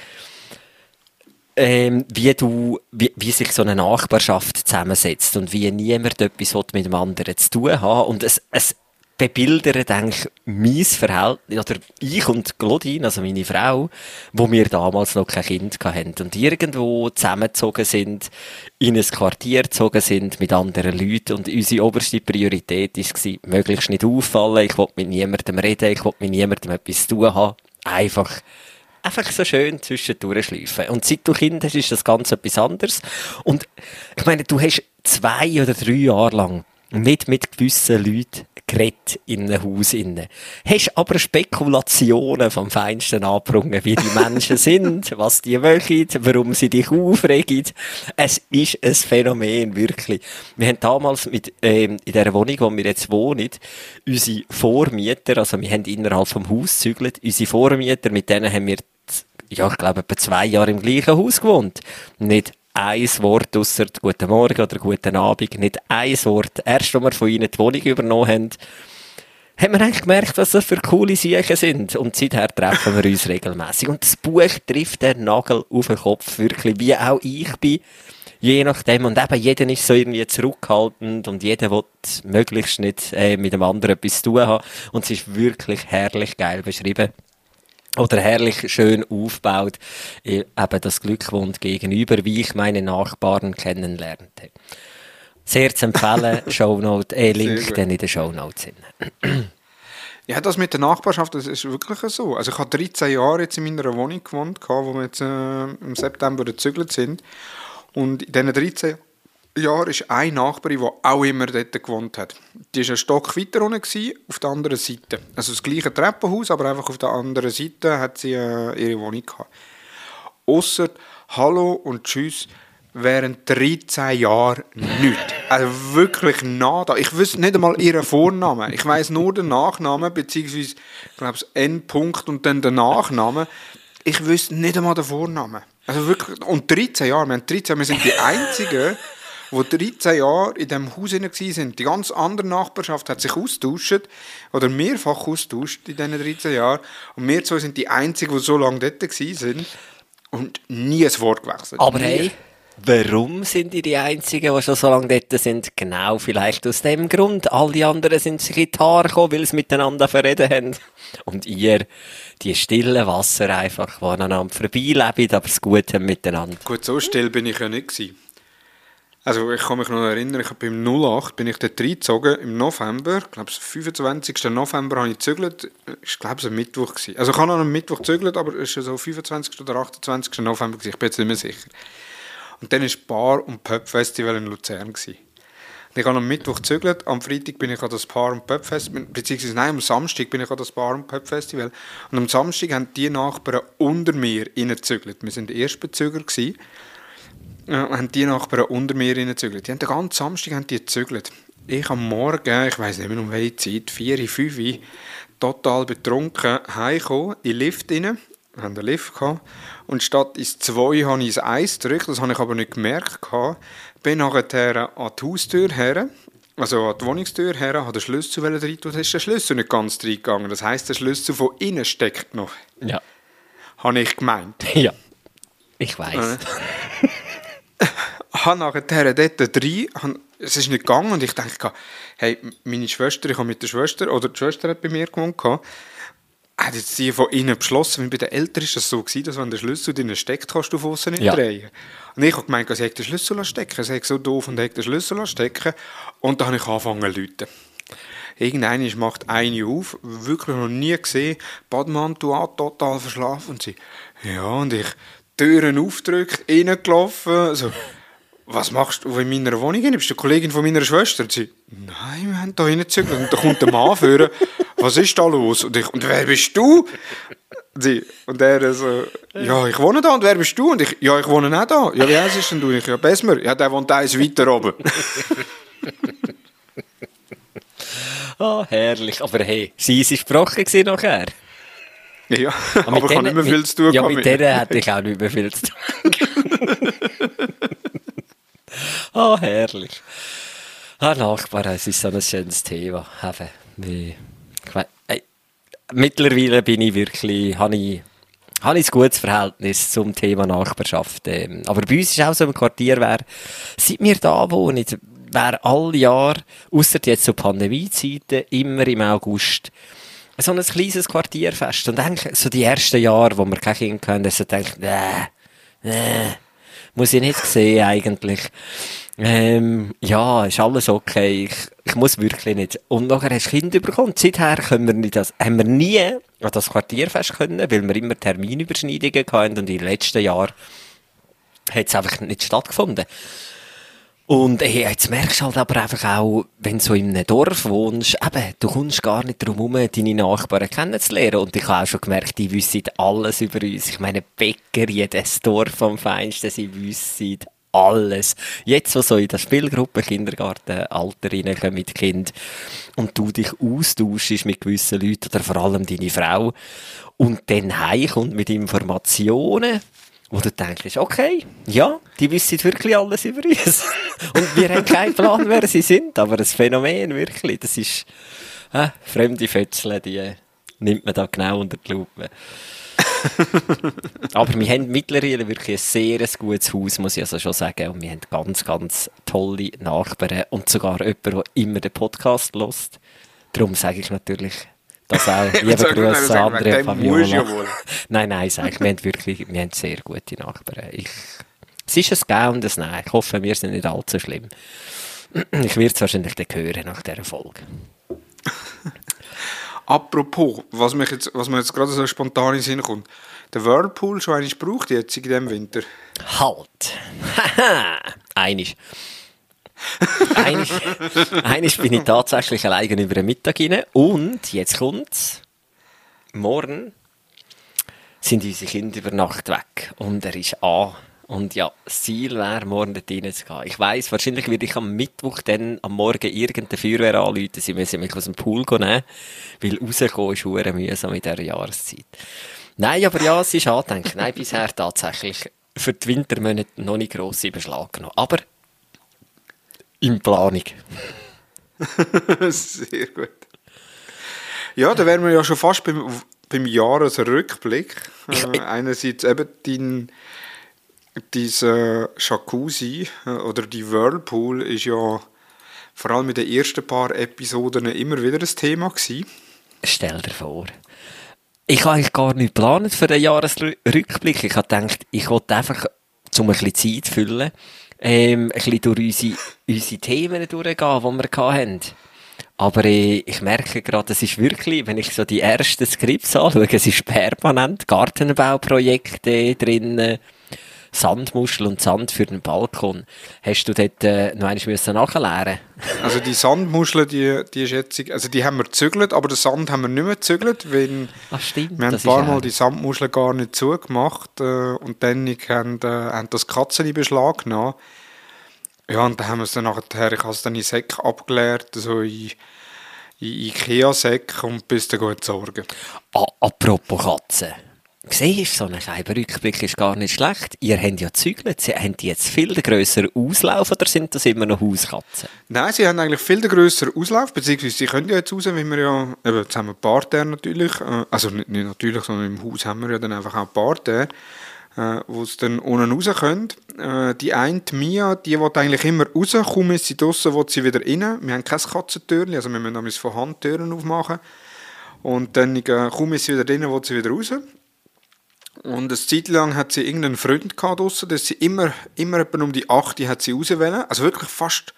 ähm, wie, du, wie, wie sich so eine Nachbarschaft zusammensetzt und wie niemand etwas mit dem anderen zu tun hat. Und es, es bebildert eigentlich mein Verhältnis, oder ich und Claudine, also meine Frau, wo wir damals noch kein Kind hatten und irgendwo zusammengezogen sind, in ein Quartier gezogen sind mit anderen Leuten, und unsere oberste Priorität war, möglichst nicht auffallen, ich wollte mit niemandem reden, ich wollte mit niemandem etwas zu tun haben, einfach Einfach so schön zwischendurch schleifen. Und seit du Kind hast, ist das ganz etwas anderes. Und ich meine, du hast zwei oder drei Jahre lang nicht mit gewissen Leuten geredet in einem Haus innen. Hast aber Spekulationen vom Feinsten angebrungen, wie die Menschen sind, was die wollen, warum sie dich aufregen. Es ist ein Phänomen, wirklich. Wir haben damals mit, ähm, in der Wohnung, wo wir jetzt wohnen, unsere Vormieter, also wir haben innerhalb vom Haus gezügelt, unsere Vormieter, mit denen haben wir, ja, ich glaube, etwa zwei Jahre im gleichen Haus gewohnt. Nicht ein Wort ausser «Guten Morgen» oder «Guten Abend», nicht ein Wort. Erst, als wir von ihnen die Wohnung übernommen haben, haben wir eigentlich gemerkt, was das für coole Siechen sind. Und seither treffen wir uns regelmässig. Und das Buch trifft den Nagel auf den Kopf, wirklich, wie auch ich bin. Je nachdem. Und eben, jeder ist so irgendwie zurückhaltend und jeder will möglichst nicht äh, mit dem anderen etwas zu tun haben. Und es ist wirklich herrlich geil beschrieben. Oder herrlich schön aufgebaut, eben das Glück wohnt gegenüber, wie ich meine Nachbarn kennenlernte. Sehr zu empfehlen, Shownote, äh, Link dann in den Shownotes. Ja, das mit der Nachbarschaft, das ist wirklich so. Also ich habe dreizehn Jahre jetzt in meiner Wohnung gewohnt, wo wir jetzt äh, im September gezügelt sind. Und in diesen dreizehn Jahren ist eine Nachbarin, die auch immer dort gewohnt hat. Die war einen Stock weiter unten, auf der anderen Seite. Also das gleiche Treppenhaus, aber einfach auf der anderen Seite hat sie äh, ihre Wohnung gehabt. ausser Hallo und Tschüss während dreizehn Jahren nichts. Also wirklich nada. Ich wüsste nicht einmal ihren Vornamen. Ich weiss nur den Nachnamen, beziehungsweise, ich glaube, N-Punkt und dann den Nachnamen. Ich wüsste nicht einmal den Vornamen. Also wirklich, und dreizehn Jahre, wir haben dreizehn, wir sind die Einzigen, die dreizehn Jahre in diesem Haus waren. Die ganz andere Nachbarschaft hat sich austauscht, oder mehrfach austauscht in diesen dreizehn Jahren. Und wir zwei sind die Einzigen, die so lange dort waren und nie ein Wort gewechselt. Aber hey, warum sind die die Einzigen, die schon so lange dort sind? Genau, vielleicht aus dem Grund. Alle anderen sind sich in die Haare gekommen, weil sie miteinander verreden haben. Und ihr, die stillen Wasser einfach, die aneinander vorbeileben, aber es gut haben miteinander. Gut, so still bin ich ja nicht gewesen. Also ich kann mich noch erinnern, ich bin im null acht bin ich dort reingezogen, im November, ich glaube, am fünfundzwanzigsten November habe ich gezügelt, ich glaube, es war ein Mittwoch gewesen. Also ich habe noch am Mittwoch gezügelt, aber es war so fünfundzwanzigsten oder achtundzwanzigsten November gewesen. Ich bin jetzt nicht mehr sicher. Und dann war Bar- und Pub-Festival in Luzern gewesen. Und ich habe am Mittwoch gezügelt, am Freitag bin ich an das Bar- und Pub-Festival, beziehungsweise nein, am Samstag bin ich an das Bar- und Pub-Festival. Und am Samstag haben die Nachbarn unter mir reingezügelt. Wir waren die Erstbezüger gewesen. Ja, haben die Nachbarn unter mir reingezügelt. Die haben den ganzen Samstag haben die gezügelt. Ich am Morgen, ich weiss nicht mehr um welche Zeit, vier, fünf, total betrunken, heimgekommen, in den Lift rein. Wir hatten einen Lift gehabt. Und statt ins zwei habe ich ins eins gedrückt, das habe ich aber nicht gemerkt. Bin nachher an die Haustür her, also an die Wohnungstür her, habe den Schlüssel rein tun, da ist der Schlüssel nicht ganz reingegangen. Das heisst, der Schlüssel von innen steckt noch. Ja. Habe ich gemeint. Ja, ich weiss. Äh. Ich habe nachher dort rein, es ist nicht gegangen und ich dachte, hey, meine Schwester, ich habe mit der Schwester, oder die Schwester hat bei mir gewohnt, hat jetzt die von innen beschlossen, weil bei den Eltern ist das so gewesen, dass wenn der Schlüssel drin steckt, kannst du von außen nicht ja. drehen. Und ich habe gemeint, sie hätte den Schlüssel stecken, sie hätte so doof und hätte den Schlüssel stecken. Und dann habe ich angefangen zu läuten. Irgendeiner macht eine auf, wirklich noch nie gesehen, Badmantel an, total verschlafen und sie, ja, und ich Türen aufgedrückt, reingelaufen, so, was machst du in meiner Wohnung? Du bist die Kollegin von meiner Schwester. Und sie, nein, wir haben da reingezügelt. Und da kommt der Mann vor, was ist da los? Und ich, und wer bist du? Und, sie, und er so, ja, ich wohne da. Und wer bist du? Und ich, ja, ich wohne auch da. Ja, wie heißt es denn du? Ich, ja, Besmer. Ja, der wohnt eins weiter oben. Oh, herrlich. Aber hey, sie war Sprache nachher. Ja, aber, aber ich habe nicht mehr viel zu tun. Ja, mit denen hätte ich auch nicht mehr viel zu tun. Oh, herrlich. Ah, Nachbarn, es ist so ein schönes Thema. Eben, wie, ich mein, ey, mittlerweile bin ich wirklich, habe ich, habe ich ein gutes Verhältnis zum Thema Nachbarschaft. Ähm, aber bei uns ist auch so im Quartier, wer, seit wir da wohnen, wäre alle Jahre, ausser jetzt zu Pandemiezeiten, immer im August, so ein kleines Quartierfest. Und eigentlich so die ersten Jahre, wo wir kein Kind hatten, da so denkt, nee, nee, muss ich nicht sehen eigentlich. Ähm, ja, ist alles okay. Ich, ich muss wirklich nicht. Und nachher hast du Kinder bekommen. Seither können wir nicht das, haben wir nie an das Quartierfest können, weil wir immer Terminüberschneidungen hatten. Und in den letzten Jahren hat es einfach nicht stattgefunden. Und hey, jetzt merkst du halt aber einfach auch, wenn du so in einem Dorf wohnst, eben, du kommst gar nicht darum herum, deine Nachbarn kennenzulernen. Und ich habe auch schon gemerkt, die wissen alles über uns. Ich meine, Bäcker, jedes Dorf am feinsten, sie wissen alles. Jetzt, wo so in der Spielgruppe Kindergartenalter reinkommen mit Kind und du dich austauschst mit gewissen Leuten oder vor allem deine Frau und dann heimkommt mit Informationen, wo du denkst, okay, ja, die wissen wirklich alles über uns. Und wir haben keinen Plan, wer sie sind, aber das Phänomen wirklich, das ist, äh, fremde Fötzle, die äh, nimmt man da genau unter die Lupe. Aber wir haben mittlerweile wirklich ein sehr gutes Haus, muss ich also schon sagen. Und wir haben ganz, ganz tolle Nachbarn und sogar jemanden, der immer den Podcast hört. Darum sage ich natürlich das auch. Liebe Grüße an Andrea Fabiola. Nein, nein, sage ich, wir haben wirklich wir haben sehr gute Nachbarn. Ich, es ist ein Gehen und ein Nein. Ich hoffe, wir sind nicht allzu schlimm. Ich werde es wahrscheinlich dann hören nach dieser Folge. Apropos, was, mich jetzt, was mir jetzt gerade so spontan in den Sinn kommt. Der Whirlpool schon einmal braucht jetzt in diesem Winter. Halt! Haha! Einisch. Einisch. Einisch bin ich tatsächlich alleine über den Mittag rein. Und jetzt kommt's. Morgen sind unsere Kinder über Nacht weg und er ist an. Und ja, das Ziel wäre, morgen dort reinzugehen. Ich weiss, wahrscheinlich werde ich am Mittwoch dann am Morgen irgendeine Feuerwehr anrufen, sie müssen mich aus dem Pool nehmen, weil rauskommen ist verdammt mühsam in dieser Jahreszeit. Nein, aber ja, es ist angedenkt. Nein, bisher tatsächlich für die Wintermonate noch nicht gross in Beschlag genommen. Aber in Planung. Sehr gut. Ja, da wären wir ja schon fast beim, beim Jahresrückblick. Äh, einerseits eben dein, diese Jacuzzi äh, oder die Whirlpool ist ja vor allem in den ersten paar Episoden immer wieder ein Thema gewesen. Stell dir vor. Ich habe eigentlich gar nicht geplant für den Jahresrückblick. Ich habe gedacht, ich wollte einfach, um ein bisschen Zeit zu füllen, ähm, ein bisschen durch unsere, unsere Themen durchgehen, die wir hatten. Aber äh, ich merke gerade, es ist wirklich, wenn ich so die ersten Skripts anschaue, es ist permanent Gartenbauprojekte drin, Sandmuschel und Sand für den Balkon. Hast du dort äh, noch einmal müssen nachlernen? Also die Sandmuschel, die, die ist jetzt, also die haben wir gezügelt, aber den Sand haben wir nicht mehr gezügelt, weil Ach, stimmt, wir haben ein paar Mal die Sandmuschel gar nicht zugemacht äh, und dann haben, äh, haben das Katzen in Beschlag genommen. Ja, und dann haben wir es dann nachher, ich habe es dann in Säcke abgeleert, so in, in Ikea-Säcke und bis dann gut sorgen. Ah, apropos Katzen. Siehst du, so ein kleiner Rückblick ist gar nicht schlecht. Ihr habt ja gezügelt. Sie haben jetzt viel grösseren Auslauf oder sind das immer noch Hauskatzen? Nein, sie haben eigentlich viel grösseren Auslauf, beziehungsweise sie können ja jetzt raus, wenn wir ja, eben, jetzt haben wir Parterre natürlich, äh, also nicht, nicht natürlich, sondern im Haus haben wir ja dann einfach auch Parterre, äh, wo sie dann unten raus können. Äh, die eine, die Mia, die will eigentlich immer raus, kaum ist sie draussen, will sie wieder rein. Wir haben kein Katzentürchen, also wir müssen von Hand Türen aufmachen. Und dann, äh, kaum ist sie wieder drin, will sie wieder raus. Und eine Zeit lang hat sie irgendeinen Freund gehabt draussen, dass sie immer, immer etwa um die acht hat sie rauswählen. Also wirklich fast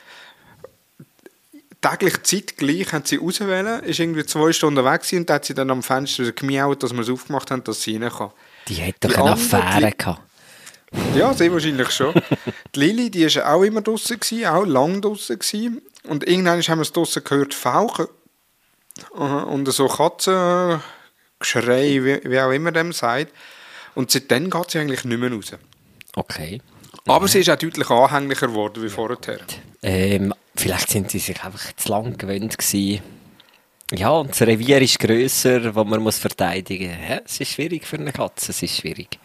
täglich zeitgleich hat sie rauswählen, ist irgendwie zwei Stunden weg gewesen und dann hat sie dann am Fenster gemiaut, dass wir es aufgemacht haben, dass sie rein kann. Die hat doch die eine andere, Affäre die, gehabt. Ja, sehr wahrscheinlich schon. Die Lili, die war auch immer draussen gewesen, auch lang draussen gewesen. Und irgendwann haben wir es draussen gehört fauchen. Und so Katzen... Geschrei, wie, wie auch immer dem sagt. Und seitdem geht sie eigentlich nicht mehr raus. Okay. Aber sie ist auch deutlich anhänglicher geworden wie vorher. Ähm, vielleicht sind sie sich einfach zu lang gewöhnt gewesen. Ja, und das Revier ist grösser, das man muss verteidigen muss. Ja, es ist schwierig für eine Katze, es ist schwierig.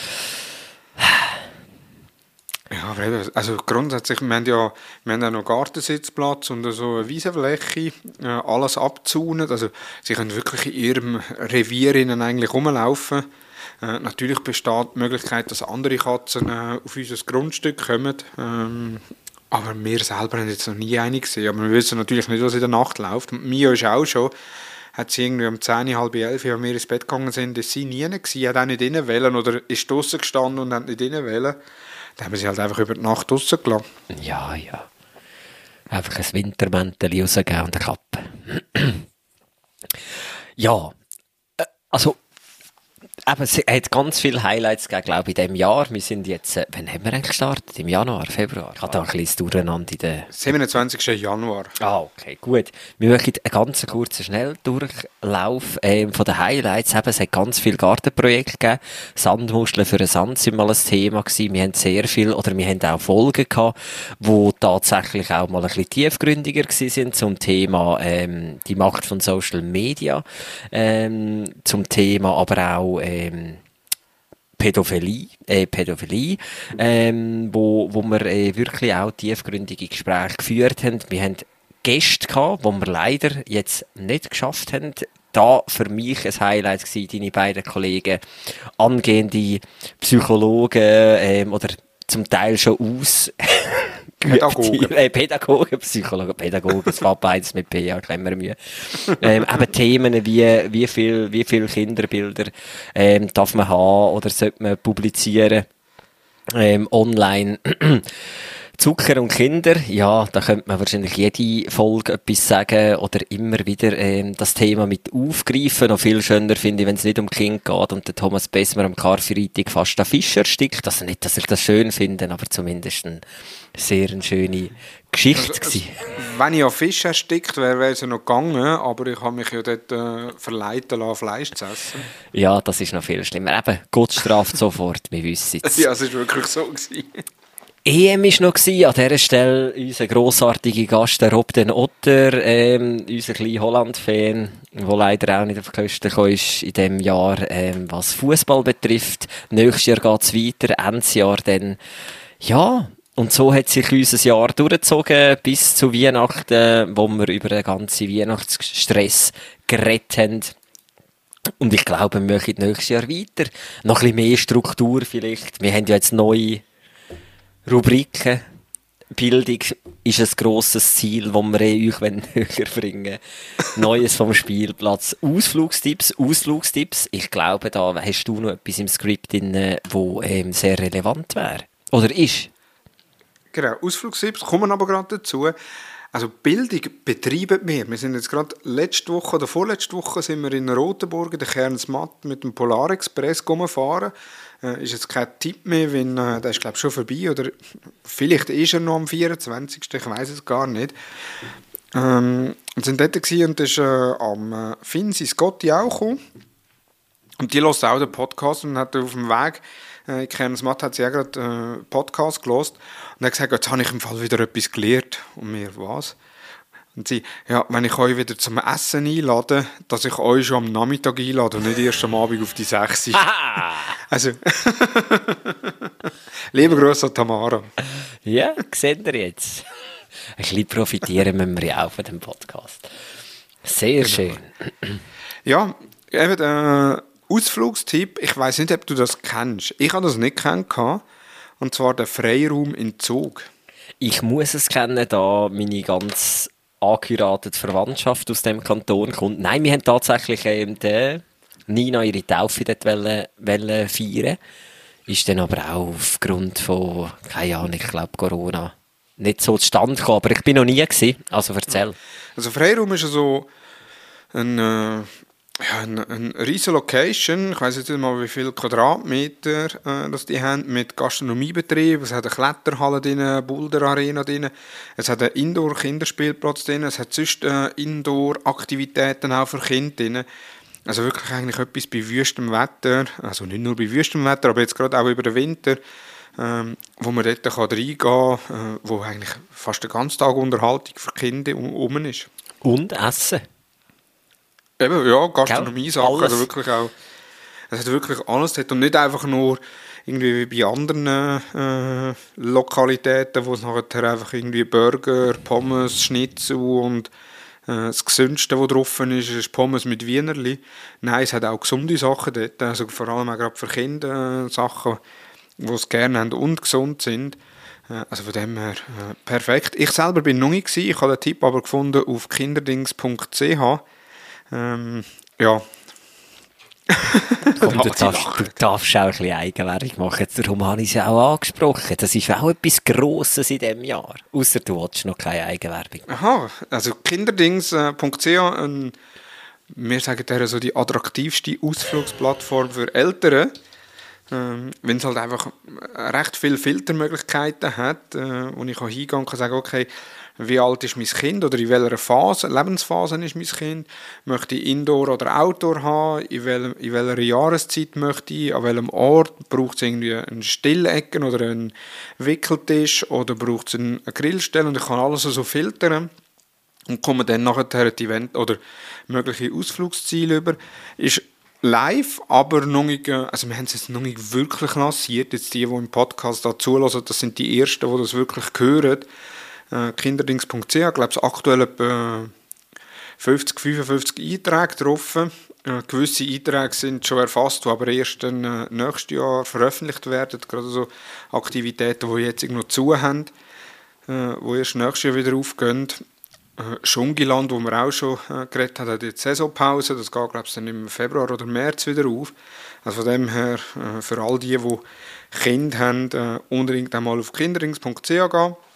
Ja, also grundsätzlich, wir haben ja wir haben auch noch Gartensitzplatz und so eine Wiesenfläche, äh, alles abzäunen. Also sie können wirklich in ihrem Revier eigentlich rumlaufen. Äh, natürlich besteht die Möglichkeit, dass andere Katzen äh, auf unser Grundstück kommen. Ähm, aber wir selber haben jetzt noch nie eine gesehen. Aber wir wissen natürlich nicht, was in der Nacht läuft. Und Mia ist auch schon, hat sie irgendwie um zehn, halb elf, wenn wir ins Bett gegangen sind, ist sie nie gewesen, hat auch nicht rein wollen oder ist draussen gestanden und hat nicht rein wollen. Dann haben wir sie halt einfach über die Nacht draussen gelassen. Ja, ja. Einfach ein Wintermäntel rausgeben und eine Kappe. Ja, also, eben, es hat ganz viele Highlights gegeben, glaube ich, in diesem Jahr. Wir sind jetzt, äh, wann haben wir eigentlich gestartet? Im Januar, Februar? Ich habe da ein bisschen Durcheinander in der... siebenundzwanzigsten Januar. Ah, okay, gut. Wir machen einen ganz kurzen Schnelldurchlauf ähm, von den Highlights. Eben, es hat ganz viele Gartenprojekte gegeben. Sandmuscheln für einen Sand sind mal ein Thema gewesen. Wir haben sehr viel, oder wir haben auch Folgen gehabt, die tatsächlich auch mal ein bisschen tiefgründiger gewesen sind zum Thema ähm, die Macht von Social Media, ähm, zum Thema aber auch ähm, Pädophilie, äh, Pädophilie ähm, wo, wo wir äh, wirklich auch tiefgründige Gespräche geführt haben. Wir haben Gäste gehabt, die wir leider jetzt nicht geschafft haben. Da für mich ein Highlight gewesen, deine beiden Kollegen, angehende Psychologen ähm, oder zum Teil schon aus... Pädagogen. Äh, Pädagogen, Psychologen, Pädagogen, das war beides mit P, ja, kennen wir Mühe. Ähm, eben Themen wie, wie viel, wie viel Kinderbilder, ähm, darf man haben oder sollte man publizieren, ähm, online. Zucker und Kinder, ja, da könnte man wahrscheinlich jede Folge etwas sagen oder immer wieder ähm, das Thema mit aufgreifen. Noch viel schöner finde ich, wenn es nicht um Kind geht und der Thomas Besmer am Karfreitag fast den Fisch erstickt. Also nicht, dass ich das schön finde, aber zumindest eine sehr eine schöne Geschichte Also, gewesen. Wenn ich an Fisch erstickt wäre, wäre es ja noch gegangen, aber ich habe mich ja dort äh, verleiten lassen, Fleisch zu essen. Ja, das ist noch viel schlimmer. Eben, Gott straft sofort, wir wissen es. Ja, es war wirklich so gewesen. E M war noch gewesen, an dieser Stelle unser grossartiger Gast, der Rob den Otter, ähm, unser kleiner Holland-Fan, der leider auch nicht auf die Kosten gekommen ist in diesem Jahr, ähm, was Fußball betrifft. Nächstes Jahr geht es weiter, Endjahr dann, ja, und so hat sich unser Jahr durchgezogen bis zu Weihnachten, wo wir über den ganzen Weihnachtsstress geredet haben. Und ich glaube, wir machen nächstes Jahr weiter. Noch ein bisschen mehr Struktur vielleicht. Wir haben ja jetzt neue Rubriken. Bildung ist ein grosses Ziel, das wir eh euch näher bringen. Neues vom Spielplatz. Ausflugstipps, Ausflugstipps. Ich glaube, da hast du noch etwas im Skript drin, das ähm, sehr relevant wäre. Oder ist? Genau, Ausflugstipps, kommen aber gerade dazu. Also Bildung betreiben wir. Wir sind jetzt gerade letzte Woche oder vorletzte Woche sind wir in Rotenburg, in der Kernsmatt, mit dem Polarexpress gefahren. Äh, ist jetzt kein Tipp mehr, wenn, äh, der ist glaube ich schon vorbei oder vielleicht ist er noch am vierundzwanzigsten Ich weiß es gar nicht. Ähm, wir sind dort gewesen und ist äh, am äh, Finzi Scotti auch gekommen. Und die hört auch den Podcast und hat auf dem Weg äh, in Kernsmatt hat sie auch gerade einen äh, Podcast gehört und hat gesagt, jetzt habe ich im Fall wieder etwas gelernt. Und mir, was? Und sie, ja, wenn ich euch wieder zum Essen einlade, dass ich euch schon am Nachmittag einlade und nicht erst am Abend auf die sechs. Also, lieber Grüße an Tamara. Ja, seht ihr jetzt. Ein bisschen profitieren müssen wir ja auch von dem Podcast. Sehr genau. Schön. Ja, eben, äh, Ausflugstipp, ich weiss nicht, ob du das kennst. Ich habe das nicht kennengelernt. Und zwar der Freiraum in Zug. Ich muss es kennen, da meine ganz angeheiratete Verwandtschaft aus dem Kanton kommt. Nein, wir haben tatsächlich ähm, den Nina ihre Taufe dort wollen, wollen feiern. Ist dann aber auch aufgrund von, keine Ahnung, ich glaube Corona, nicht so zustande gekommen. Aber ich bin noch nie gewesen, also erzähl. Also Freiraum ist so ein... Äh Ja, eine, eine riesige Location. Ich weiss jetzt nicht mal, wie viele Quadratmeter äh, das die haben, mit Gastronomiebetrieb. Es hat eine Kletterhalle drin, eine Boulder-Arena drin. Es hat einen Indoor-Kinderspielplatz drin. Es hat sonst äh, Indoor-Aktivitäten auch für Kinder drin. Also wirklich eigentlich etwas bei wüstem Wetter. Also nicht nur bei wüstem Wetter, aber jetzt gerade auch über den Winter, ähm, wo man dort kann reingehen kann, äh, wo eigentlich fast den ganzen Tag Unterhaltung für Kinder um, um ist. Und Essen. Eben, ja, Gastronomie-Sachen, alles. also wirklich auch, es hat wirklich alles, es hat und nicht einfach nur irgendwie wie bei anderen äh, Lokalitäten, wo es nachher einfach irgendwie Burger, Pommes, Schnitzel und äh, das Gesündeste, was drauf ist, ist Pommes mit Wienerli. Nein, es hat auch gesunde Sachen dort, also vor allem auch gerade für Kinder äh, Sachen, die es gerne haben und gesund sind. Äh, also von dem her äh, perfekt. Ich selber bin noch nicht gewesen, ich habe den Tipp aber gefunden auf kinderdings punkt c h. Ähm, ja. Komm, du, darfst, du darfst auch ein bisschen Eigenwerbung machen. Darum habe ich es ja auch angesprochen. Das ist auch etwas Grosses in diesem Jahr. Ausser du willst noch keine Eigenwerbung machen. Aha, also kinderdings punkt c h, ein, wir sagen der so die attraktivste Ausflugsplattform für Eltern. Ähm, wenn es halt einfach recht viele Filtermöglichkeiten hat, äh, wo ich hingehen kann und kann sagen, okay, wie alt ist mein Kind oder in welcher Phase, Lebensphase ist mein Kind, möchte ich Indoor oder Outdoor haben, in, welchem, in welcher Jahreszeit möchte ich, an welchem Ort, braucht es irgendwie einen Stillecken oder einen Wickeltisch oder braucht es eine Grillstelle und ich kann alles so filtern und komme dann nachher die Event oder mögliche Ausflugsziele über. Ist live, aber noch nicht, also wir haben es jetzt noch nicht wirklich lanciert, jetzt die, die im Podcast da zulassen, das sind die Ersten, die das wirklich hören. kinderdings punkt c h, ich glaube, aktuell etwa fünfzig, fünfundfünfzig Einträge drauf. Äh, gewisse Einträge sind schon erfasst, die aber erst dann, äh, nächstes Jahr veröffentlicht werden. Gerade so Aktivitäten, die jetzt noch zu haben, äh, die erst nächstes Jahr wieder aufgehen. Äh, Schungiland, wo wir auch schon äh, geredet haben, hat jetzt Saisonpause. Das geht, glaube ich, dann im Februar oder März wieder auf. Also von dem her, äh, für all die, die Kinder haben, äh, unbedingt einmal auf kinderdings punkt c h gehen.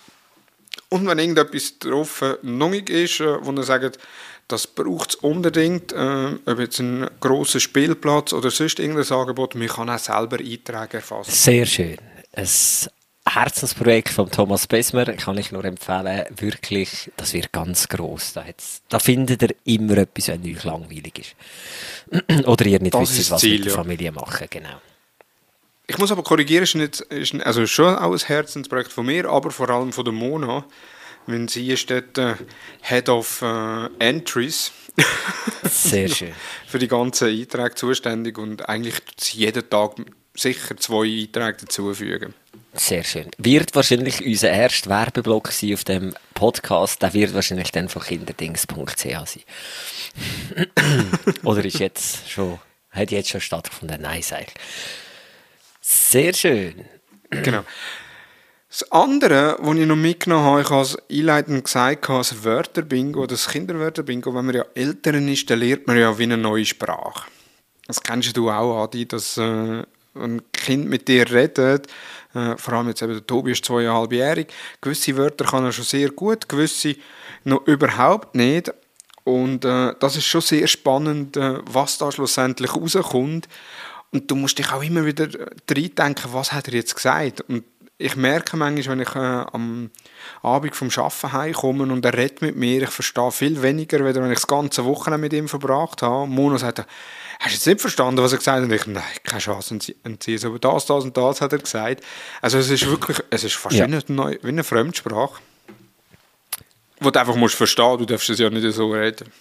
Und wenn irgendetwas drauf noch nicht ist, äh, wo ihr sagt, das braucht es unbedingt, äh, ob jetzt ein grosser Spielplatz oder sonst irgendein Angebot, man kann auch selber Einträge erfassen. Sehr schön. Ein Herzensprojekt von Thomas Besmer kann ich nur empfehlen. Wirklich, das wird ganz gross. Da, da findet ihr immer etwas, wenn euch langweilig ist. Oder ihr nicht das wisst, was Ziel, mit der ja. Familie machen. Genau. Ich muss aber korrigieren, ist nicht, ist nicht, also schon auch ein Herzensprojekt von mir, aber vor allem von der Mona. Wenn sie ist dort äh, Head of äh, Entries. Sehr schön. Für die ganzen Einträge zuständig und eigentlich tut sie jeden Tag sicher zwei Einträge dazufügen. Sehr schön. Wird wahrscheinlich unser erster Werbeblock sein auf dem Podcast. Der wird wahrscheinlich dann von kinderdings punkt c h sein. Oder ist jetzt schon, hat jetzt schon stattgefunden? Nein, sag ich. Sehr schön. Genau. Das andere, was ich noch mitgenommen habe, ich habe es einleitend gesagt, das Wörterbingo, das Kinderwörterbingo, wenn man ja Eltern ist, dann lernt man ja wie eine neue Sprache. Das kennst du auch, Adi, dass äh, ein Kind mit dir redet, äh, vor allem jetzt eben der Tobi ist zweieinhalbjährig, gewisse Wörter kann er schon sehr gut, gewisse noch überhaupt nicht. Und äh, das ist schon sehr spannend, äh, was da schlussendlich rauskommt. Und du musst dich auch immer wieder reindenken, was hat er jetzt gesagt. Und ich merke manchmal, wenn ich äh, am Abend vom Arbeiten heimkomme und er redet mit mir, ich verstehe viel weniger, als wenn ich das ganze Wochenende mit ihm verbracht habe. Und Mono sagt, hast du jetzt nicht verstanden, was er gesagt hat? Und ich, nein, keine Chance, entziehen. Aber das, das und das hat er gesagt. Also es ist wirklich, es ist fast ja. wie, eine, wie eine Fremdsprache, die du einfach musst verstehen, du darfst es ja nicht so reden.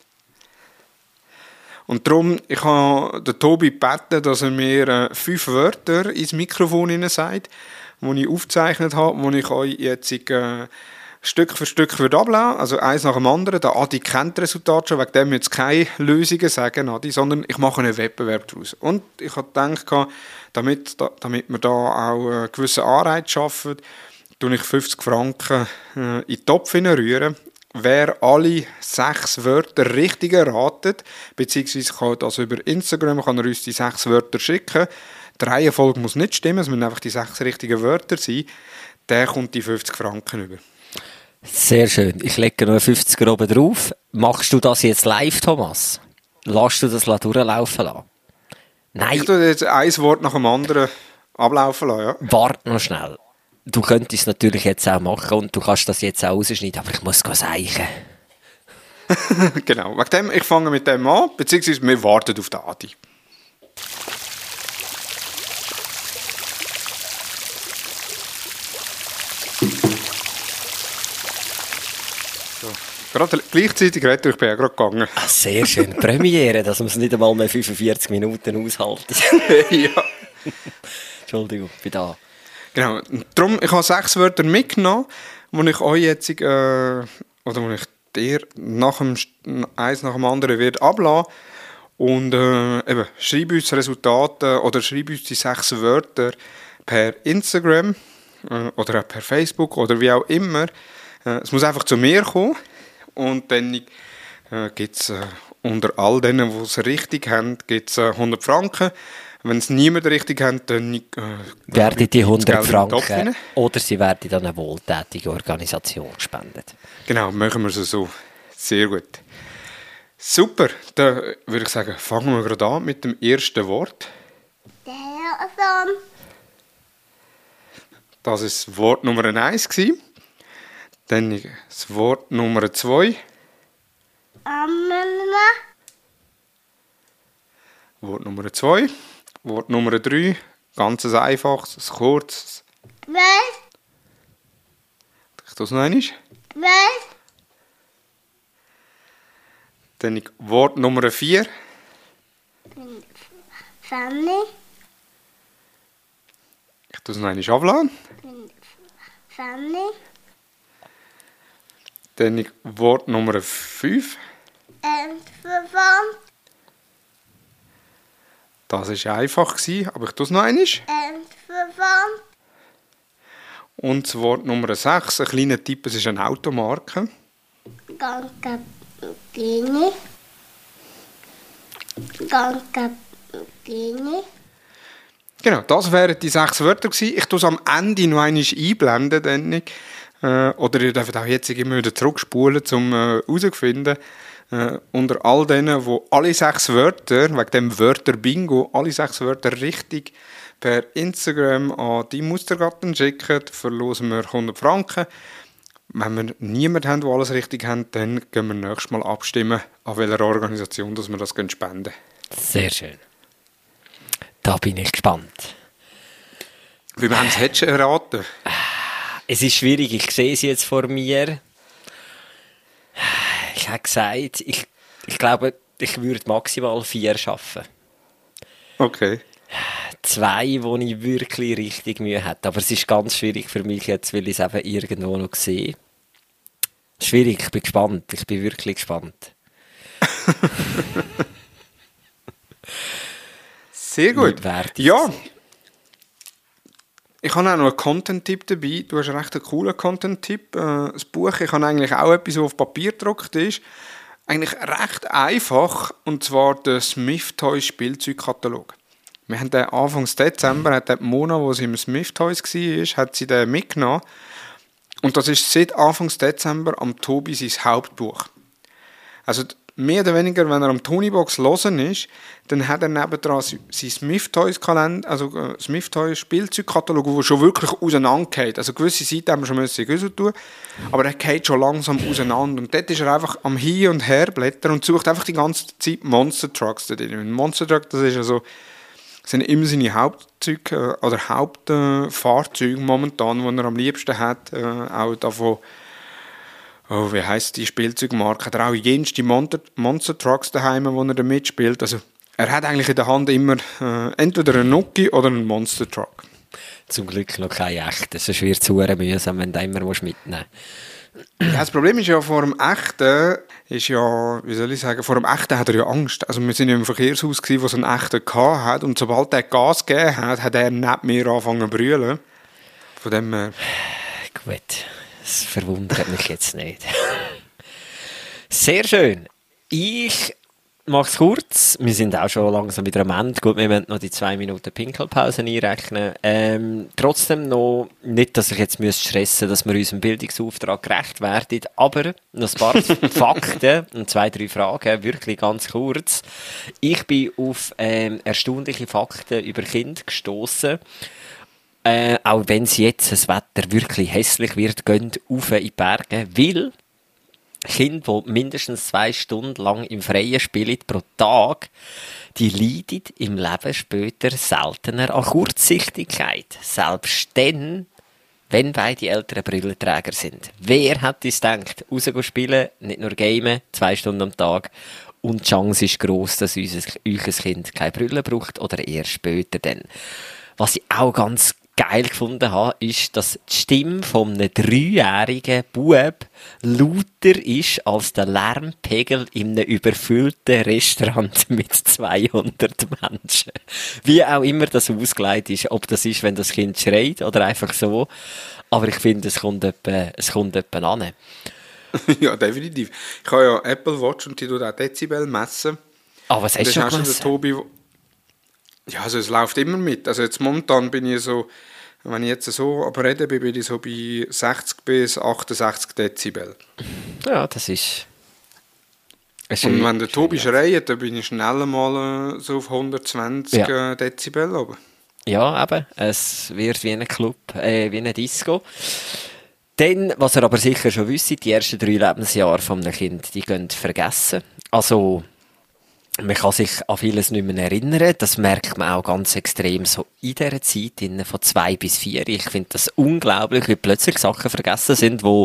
Und darum, ich habe den Tobi gebeten, dass er mir äh, fünf Wörter ins Mikrofon hinein sagt, die ich aufgezeichnet habe, die ich euch jetzt äh, Stück für Stück würde ablassen, also eins nach dem anderen. Der Adi kennt das Resultat schon, wegen dem jetzt keine Lösungen sagen, Adi, sondern ich mache einen Wettbewerb daraus. Und ich habe gedacht, damit, damit wir da auch einen gewissen Anreiz schaffen, tue ich fünfzig Franken äh, in den Topf hineinrühren. Wer alle sechs Wörter richtig erratet, beziehungsweise kann das über Instagram, kann er uns die sechs Wörter schicken. Die Reihenfolge muss nicht stimmen, es müssen einfach die sechs richtigen Wörter sein. Der kommt die fünfzig Franken über. Sehr schön. Ich lege noch fünfzig oben drauf. Machst du das jetzt live, Thomas? Lass du das durchlaufen lassen? Nein. Ich tue jetzt ein Wort nach dem anderen ablaufen lassen, ja. Warte noch schnell. Du könntest es natürlich jetzt auch machen und du kannst das jetzt auch rausschneiden, aber ich muss sagen. Genau, wegen dem, ich fange mit dem an, beziehungsweise wir warten auf den Adi. So, gerade gleichzeitig redet, ich bin ja gerade gegangen. Ah, sehr schön, Premiere, dass wir es nicht einmal mehr fünfundvierzig Minuten aushalten. Ja. Entschuldigung, ich bin da. Genau, darum, ich habe sechs Wörter mitgenommen, die ich euch jetzt, äh, oder die ich dir nach dem, eins nach dem anderen wird ablassen. Und äh, eben, schreib uns Resultate oder schreib uns die sechs Wörter per Instagram äh, oder auch per Facebook oder wie auch immer. Äh, es muss einfach zu mir kommen und dann äh, gibt es äh, unter all denen, die es richtig haben, gibt's, äh, hundert Franken. Wenn es niemand richtig hat, dann äh, werden die hundert Franken oder sie werden dann eine wohltätige Organisation gespendet. Genau, machen wir es so. Sehr gut. Super, dann würde ich sagen, fangen wir gerade an mit dem ersten Wort. Telefon. Das war das Wort Nummer eins. Dann das Wort Nummer zwei. Mama. Wort Nummer zwei. Wort Nummer drei, ganz ein einfaches, ein kurzes. Zwölf. Ich tue es noch einmal. Zwölf. Dann Wort Nummer vier. Fanny. Ich tue es noch einmal abladen. Fanny. Dann Wort Nummer fünf. Elfenwand. Das war einfach, aber ich tue es noch einmal. Elfenwand. Und das Wort Nummer sechs, ein kleiner Tipp, es ist eine Automarke. Gancapini. Gancapini. Genau, das wären die sechs Wörter gewesen. Ich tue es am Ende noch einmal einblenden, dann, Äh, oder ihr dürft auch jetzt immer wieder zurückspulen, um herauszufinden, äh, äh, unter all denen, die alle sechs Wörter, wegen dem Wörter-Bingo, alle sechs Wörter richtig per Instagram an die Mustergatten schicken, verlosen wir hundert Franken. Wenn wir niemanden haben, der alles richtig hat, dann gehen wir nächstes Mal abstimmen, an welcher Organisation dass wir das spenden können. Sehr schön. Da bin ich gespannt. Wie wir haben es jetzt schon erraten? Es ist schwierig, ich sehe sie jetzt vor mir. Ich habe gesagt, ich, ich glaube, ich würde maximal vier schaffen. Okay. Zwei, wo ich wirklich richtig Mühe hätte. Aber es ist ganz schwierig für mich jetzt, weil ich es eben irgendwo noch sehe. Schwierig, ich bin gespannt. Ich bin wirklich gespannt. Sehr gut. Ja. Ich habe auch noch einen Content-Tipp dabei. Du hast recht einen coolen Content-Tipp. Das Buch, ich habe eigentlich auch etwas, das auf Papier gedruckt ist. Eigentlich recht einfach. Und zwar der Smith Toys Spielzeugkatalog. Wir haben den Anfang Dezember, hat der Mona, wo sie im Smith Toys war, hat sie den mitgenommen. Und das ist seit Anfang Dezember am Tobi sein Hauptbuch. Also mehr oder weniger, wenn er am Tonybox hören ist, dann hat er nebendran sein Smith Toys Kalender, also äh, Smith Toys Spielzeugkatalog, der schon wirklich auseinandergeht. Also gewisse Seiten haben wir schon müssen Güssel tun, aber er geht schon langsam auseinander. Und dort ist er einfach am Hin- und Herblättern und sucht einfach die ganze Zeit Monster Trucks da drin. Und Monster Truck, das ist also sind immer seine Hauptzeuge äh, oder Hauptfahrzeuge äh, momentan, die er am liebsten hat. Äh, auch davon, oh, wie heisst die Spielzeugmarke? Hat er auch jenste Monster, Monster Trucks daheim, wo er da mitspielt. Also er hat eigentlich in der Hand immer äh, entweder einen Noki oder einen Monster Truck. Zum Glück noch kein echter. Sonst wird es sehr mühsam, wenn du immer mitnehmen musst. Ja, das Problem ist ja, vor dem Echten ist ja, wie soll ich sagen, vor dem Echten hat er ja Angst. Also wir sind ja im Verkehrshaus gewesen, wo so einen Echten hatte, und sobald er Gas gegeben hat, hat er nicht mehr angefangen zu brüllen. Von dem her. Gut, das verwundert mich jetzt nicht. Sehr schön. Ich mache es kurz. Wir sind auch schon langsam wieder am Ende. Gut, wir müssen noch die zwei Minuten Pinkelpause einrechnen. Ähm, trotzdem noch, nicht, dass ich jetzt müsste stressen, dass wir unserem Bildungsauftrag gerecht werden, aber noch ein paar Fakten und zwei, drei Fragen, wirklich ganz kurz. Ich bin auf ähm, erstaunliche Fakten über Kinder gestossen. Äh, auch wenn es jetzt das Wetter wirklich hässlich wird, gehen rauf in die Berge, weil Kinder, die mindestens zwei Stunden lang im Freien spielen pro Tag, die leiden im Leben später seltener an Kurzsichtigkeit. Selbst dann, wenn beide Eltern Brillenträger sind. Wer hätte es gedacht? Rausgehen spielen, nicht nur gamen, zwei Stunden am Tag. Und die Chance ist gross, dass unser, euer Kind keine Brille braucht oder erst später dann. Was ich auch ganz geil gefunden habe, ist, dass die Stimme von einem dreijährigen Bub lauter ist als der Lärmpegel in einem überfüllten Restaurant mit zweihundert Menschen. Wie auch immer das ausgelegt ist, ob das ist, wenn das Kind schreit oder einfach so. Aber ich finde, es kommt etwa, es kommt etwa an. Ja, definitiv. Ich habe ja Apple Watch und die tut auch Dezibel messen. Ah, was hast du schon gemessen? Der Tobi, ja, also es läuft immer mit. Also jetzt momentan bin ich so, wenn ich jetzt so aber rede, bin ich so bei sechzig bis achtundsechzig Dezibel. Ja, das ist... Und wenn der Tobi schreit, dann bin ich schnell mal äh, so auf hundertzwanzig ja. äh, Dezibel oben. Ja, eben. Es wird wie ein Club, äh, wie eine Disco. Dann, was ihr aber sicher schon wisst, die ersten drei Lebensjahre eines Kindes, die gehen vergessen. Also... Man kann sich an vieles nicht mehr erinnern. Das merkt man auch ganz extrem so in dieser Zeit, von zwei bis vier. Ich finde das unglaublich, wie plötzlich Sachen vergessen sind, die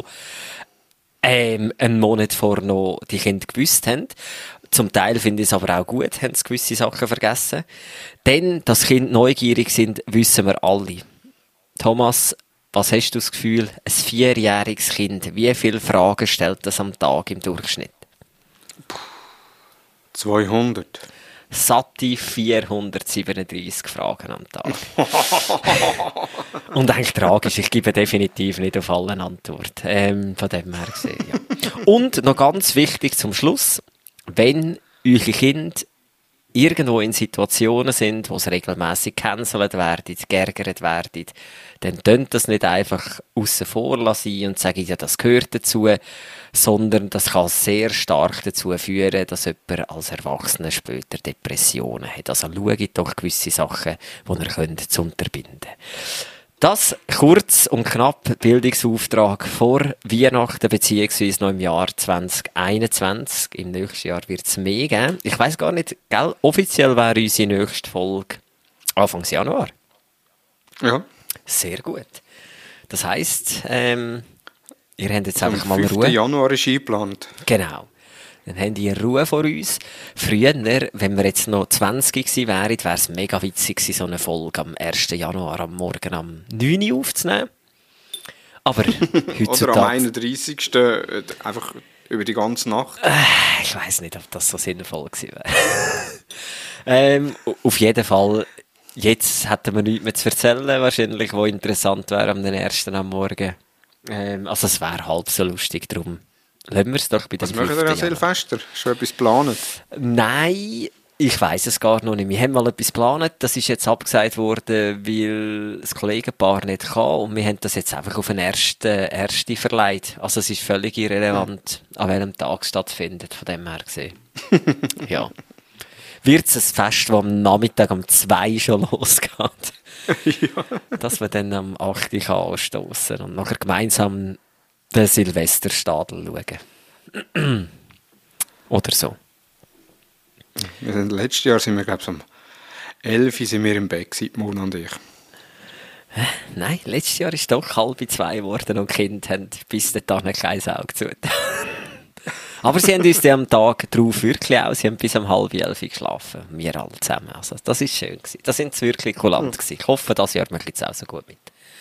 ähm, einen Monat vor noch die Kinder gewusst haben. Zum Teil finde ich es aber auch gut, haben sie gewisse Sachen vergessen. Denn, dass Kinder neugierig sind, wissen wir alle. Thomas, was hast du das Gefühl, ein vierjähriges Kind, wie viele Fragen stellt das am Tag im Durchschnitt? zweihundert. Satte vierhundertsiebenunddreissig Fragen am Tag. Und eigentlich tragisch, ich gebe definitiv nicht auf alle Antwort. Ähm, von dem her gesehen, ja. Und noch ganz wichtig zum Schluss, wenn eure Kinder irgendwo in Situationen sind, wo sie regelmässig gecancelt werden, geärgert werden, dann tönt das nicht einfach aussen vor lassen und sagen, ja, das gehört dazu, sondern das kann sehr stark dazu führen, dass jemand als Erwachsener später Depressionen hat. Also schaut doch gewisse Sachen, die ihr könnt, zu unterbinden. Das kurz und knapp Bildungsauftrag vor Weihnachten beziehungsweise noch im Jahr zwanzig einundzwanzig. Im nächsten Jahr wird es mehr geben. Ich weiss gar nicht, gell? Offiziell wäre unsere nächste Folge Anfang Januar. Ja. Sehr gut. Das heisst, ähm, ihr habt jetzt einfach Am mal fünften Ruhe. Januar ist eingeplant. Genau. Dann habt ihr Ruhe vor uns. Früher, wenn wir jetzt noch zwanzig gewesen wären, wäre es mega witzig gewesen, so eine Folge am ersten Januar am Morgen um neun Uhr aufzunehmen. Aber heutzutage... Oder am einunddreißigsten einfach über die ganze Nacht. Äh, ich weiss nicht, ob das so sinnvoll gewesen wäre. ähm, auf jeden Fall, jetzt hätten wir nichts mehr zu erzählen, wahrscheinlich, was interessant wäre am ersten am Morgen. Ähm, also es wäre halb so lustig, darum... Lassen wir es doch bei dem Was machen wir an Silvester? Schon etwas geplant? Nein, ich weiss es gar noch nicht. Wir haben mal etwas geplant, das ist jetzt abgesagt worden, weil das Kollegenpaar nicht kann und wir haben das jetzt einfach auf den ersten, ersten verleiht. Also es ist völlig irrelevant, an welchem Tag es stattfindet, von dem her gesehen. Ja. Wird es ein Fest, das am Nachmittag um zwei schon losgeht? Ja. Dass wir dann am acht Uhr anstoßen und nachher gemeinsam den Silvesterstadel schauen. Oder so. Wir sind, letztes Jahr sind wir, glaube ich, um elf Uhr sind wir im Bett gewesen, Mona und ich. Nein, letztes Jahr ist doch halb zwei geworden und die Kinder haben bis dahin kein Auge zu. Aber sie haben uns dann am Tag darauf wirklich auch, sie haben bis um halb elf geschlafen. Wir alle zusammen. Also, das war schön gewesen. Da sind sie wirklich kulant gewesen. Ich hoffe, das Jahr mache ich jetzt auch so gut mit.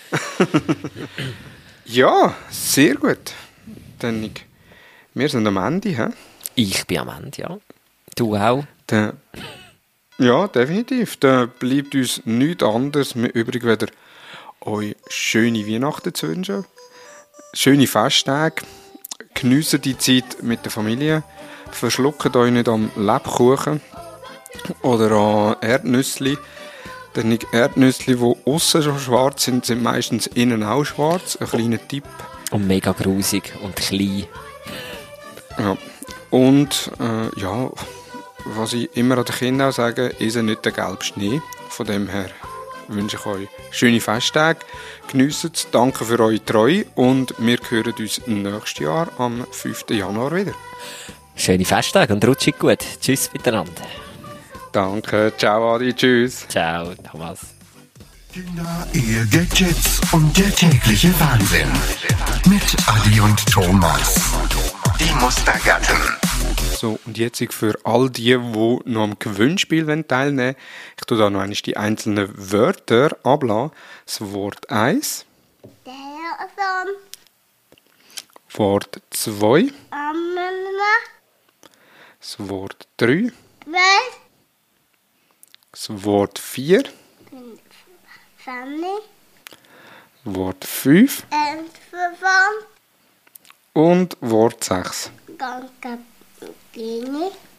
Ja, sehr gut. Dann, wir sind am Ende. He? Ich bin am Ende, ja. Du auch? Dann, ja, definitiv. Da bleibt uns nichts anderes mehr übrig, weder euch schöne Weihnachten zu wünschen, schöne Festtage, geniessen die Zeit mit der Familie, verschluckt euch nicht am Lebkuchen oder an Erdnüssli. Denn die Erdnüsse, die außen schon schwarz sind, sind meistens innen auch schwarz. Ein kleiner Tipp. Und mega grusig und klein. Ja. Und äh, ja, was ich immer an den Kindern auch sage, ist nicht der gelbe Schnee. Von dem her wünsche ich euch schöne Festtage. Geniessen es, danke für eure Treue und wir hören uns nächstes Jahr am fünften Januar wieder. Schöne Festtage und rutschig gut. Tschüss miteinander. Danke, ciao Adi, tschüss. Ciao, Thomas. Kinder, Ehe, Gadgets und der tägliche Wahnsinn. Mit Adi und Thomas. Die Mustergatten. So, und jetzt für all die, die noch am Gewinnspiel teilnehmen wollen, ich tue da noch einmal die einzelnen Wörter ablassen. Das Wort eins. Telefon. Wort zwei. Mama. Das Wort drei. Was? Das Wort vier. Fanny. Wort fünf. Entverwandt. Und Wort sechs. Danke, Gini.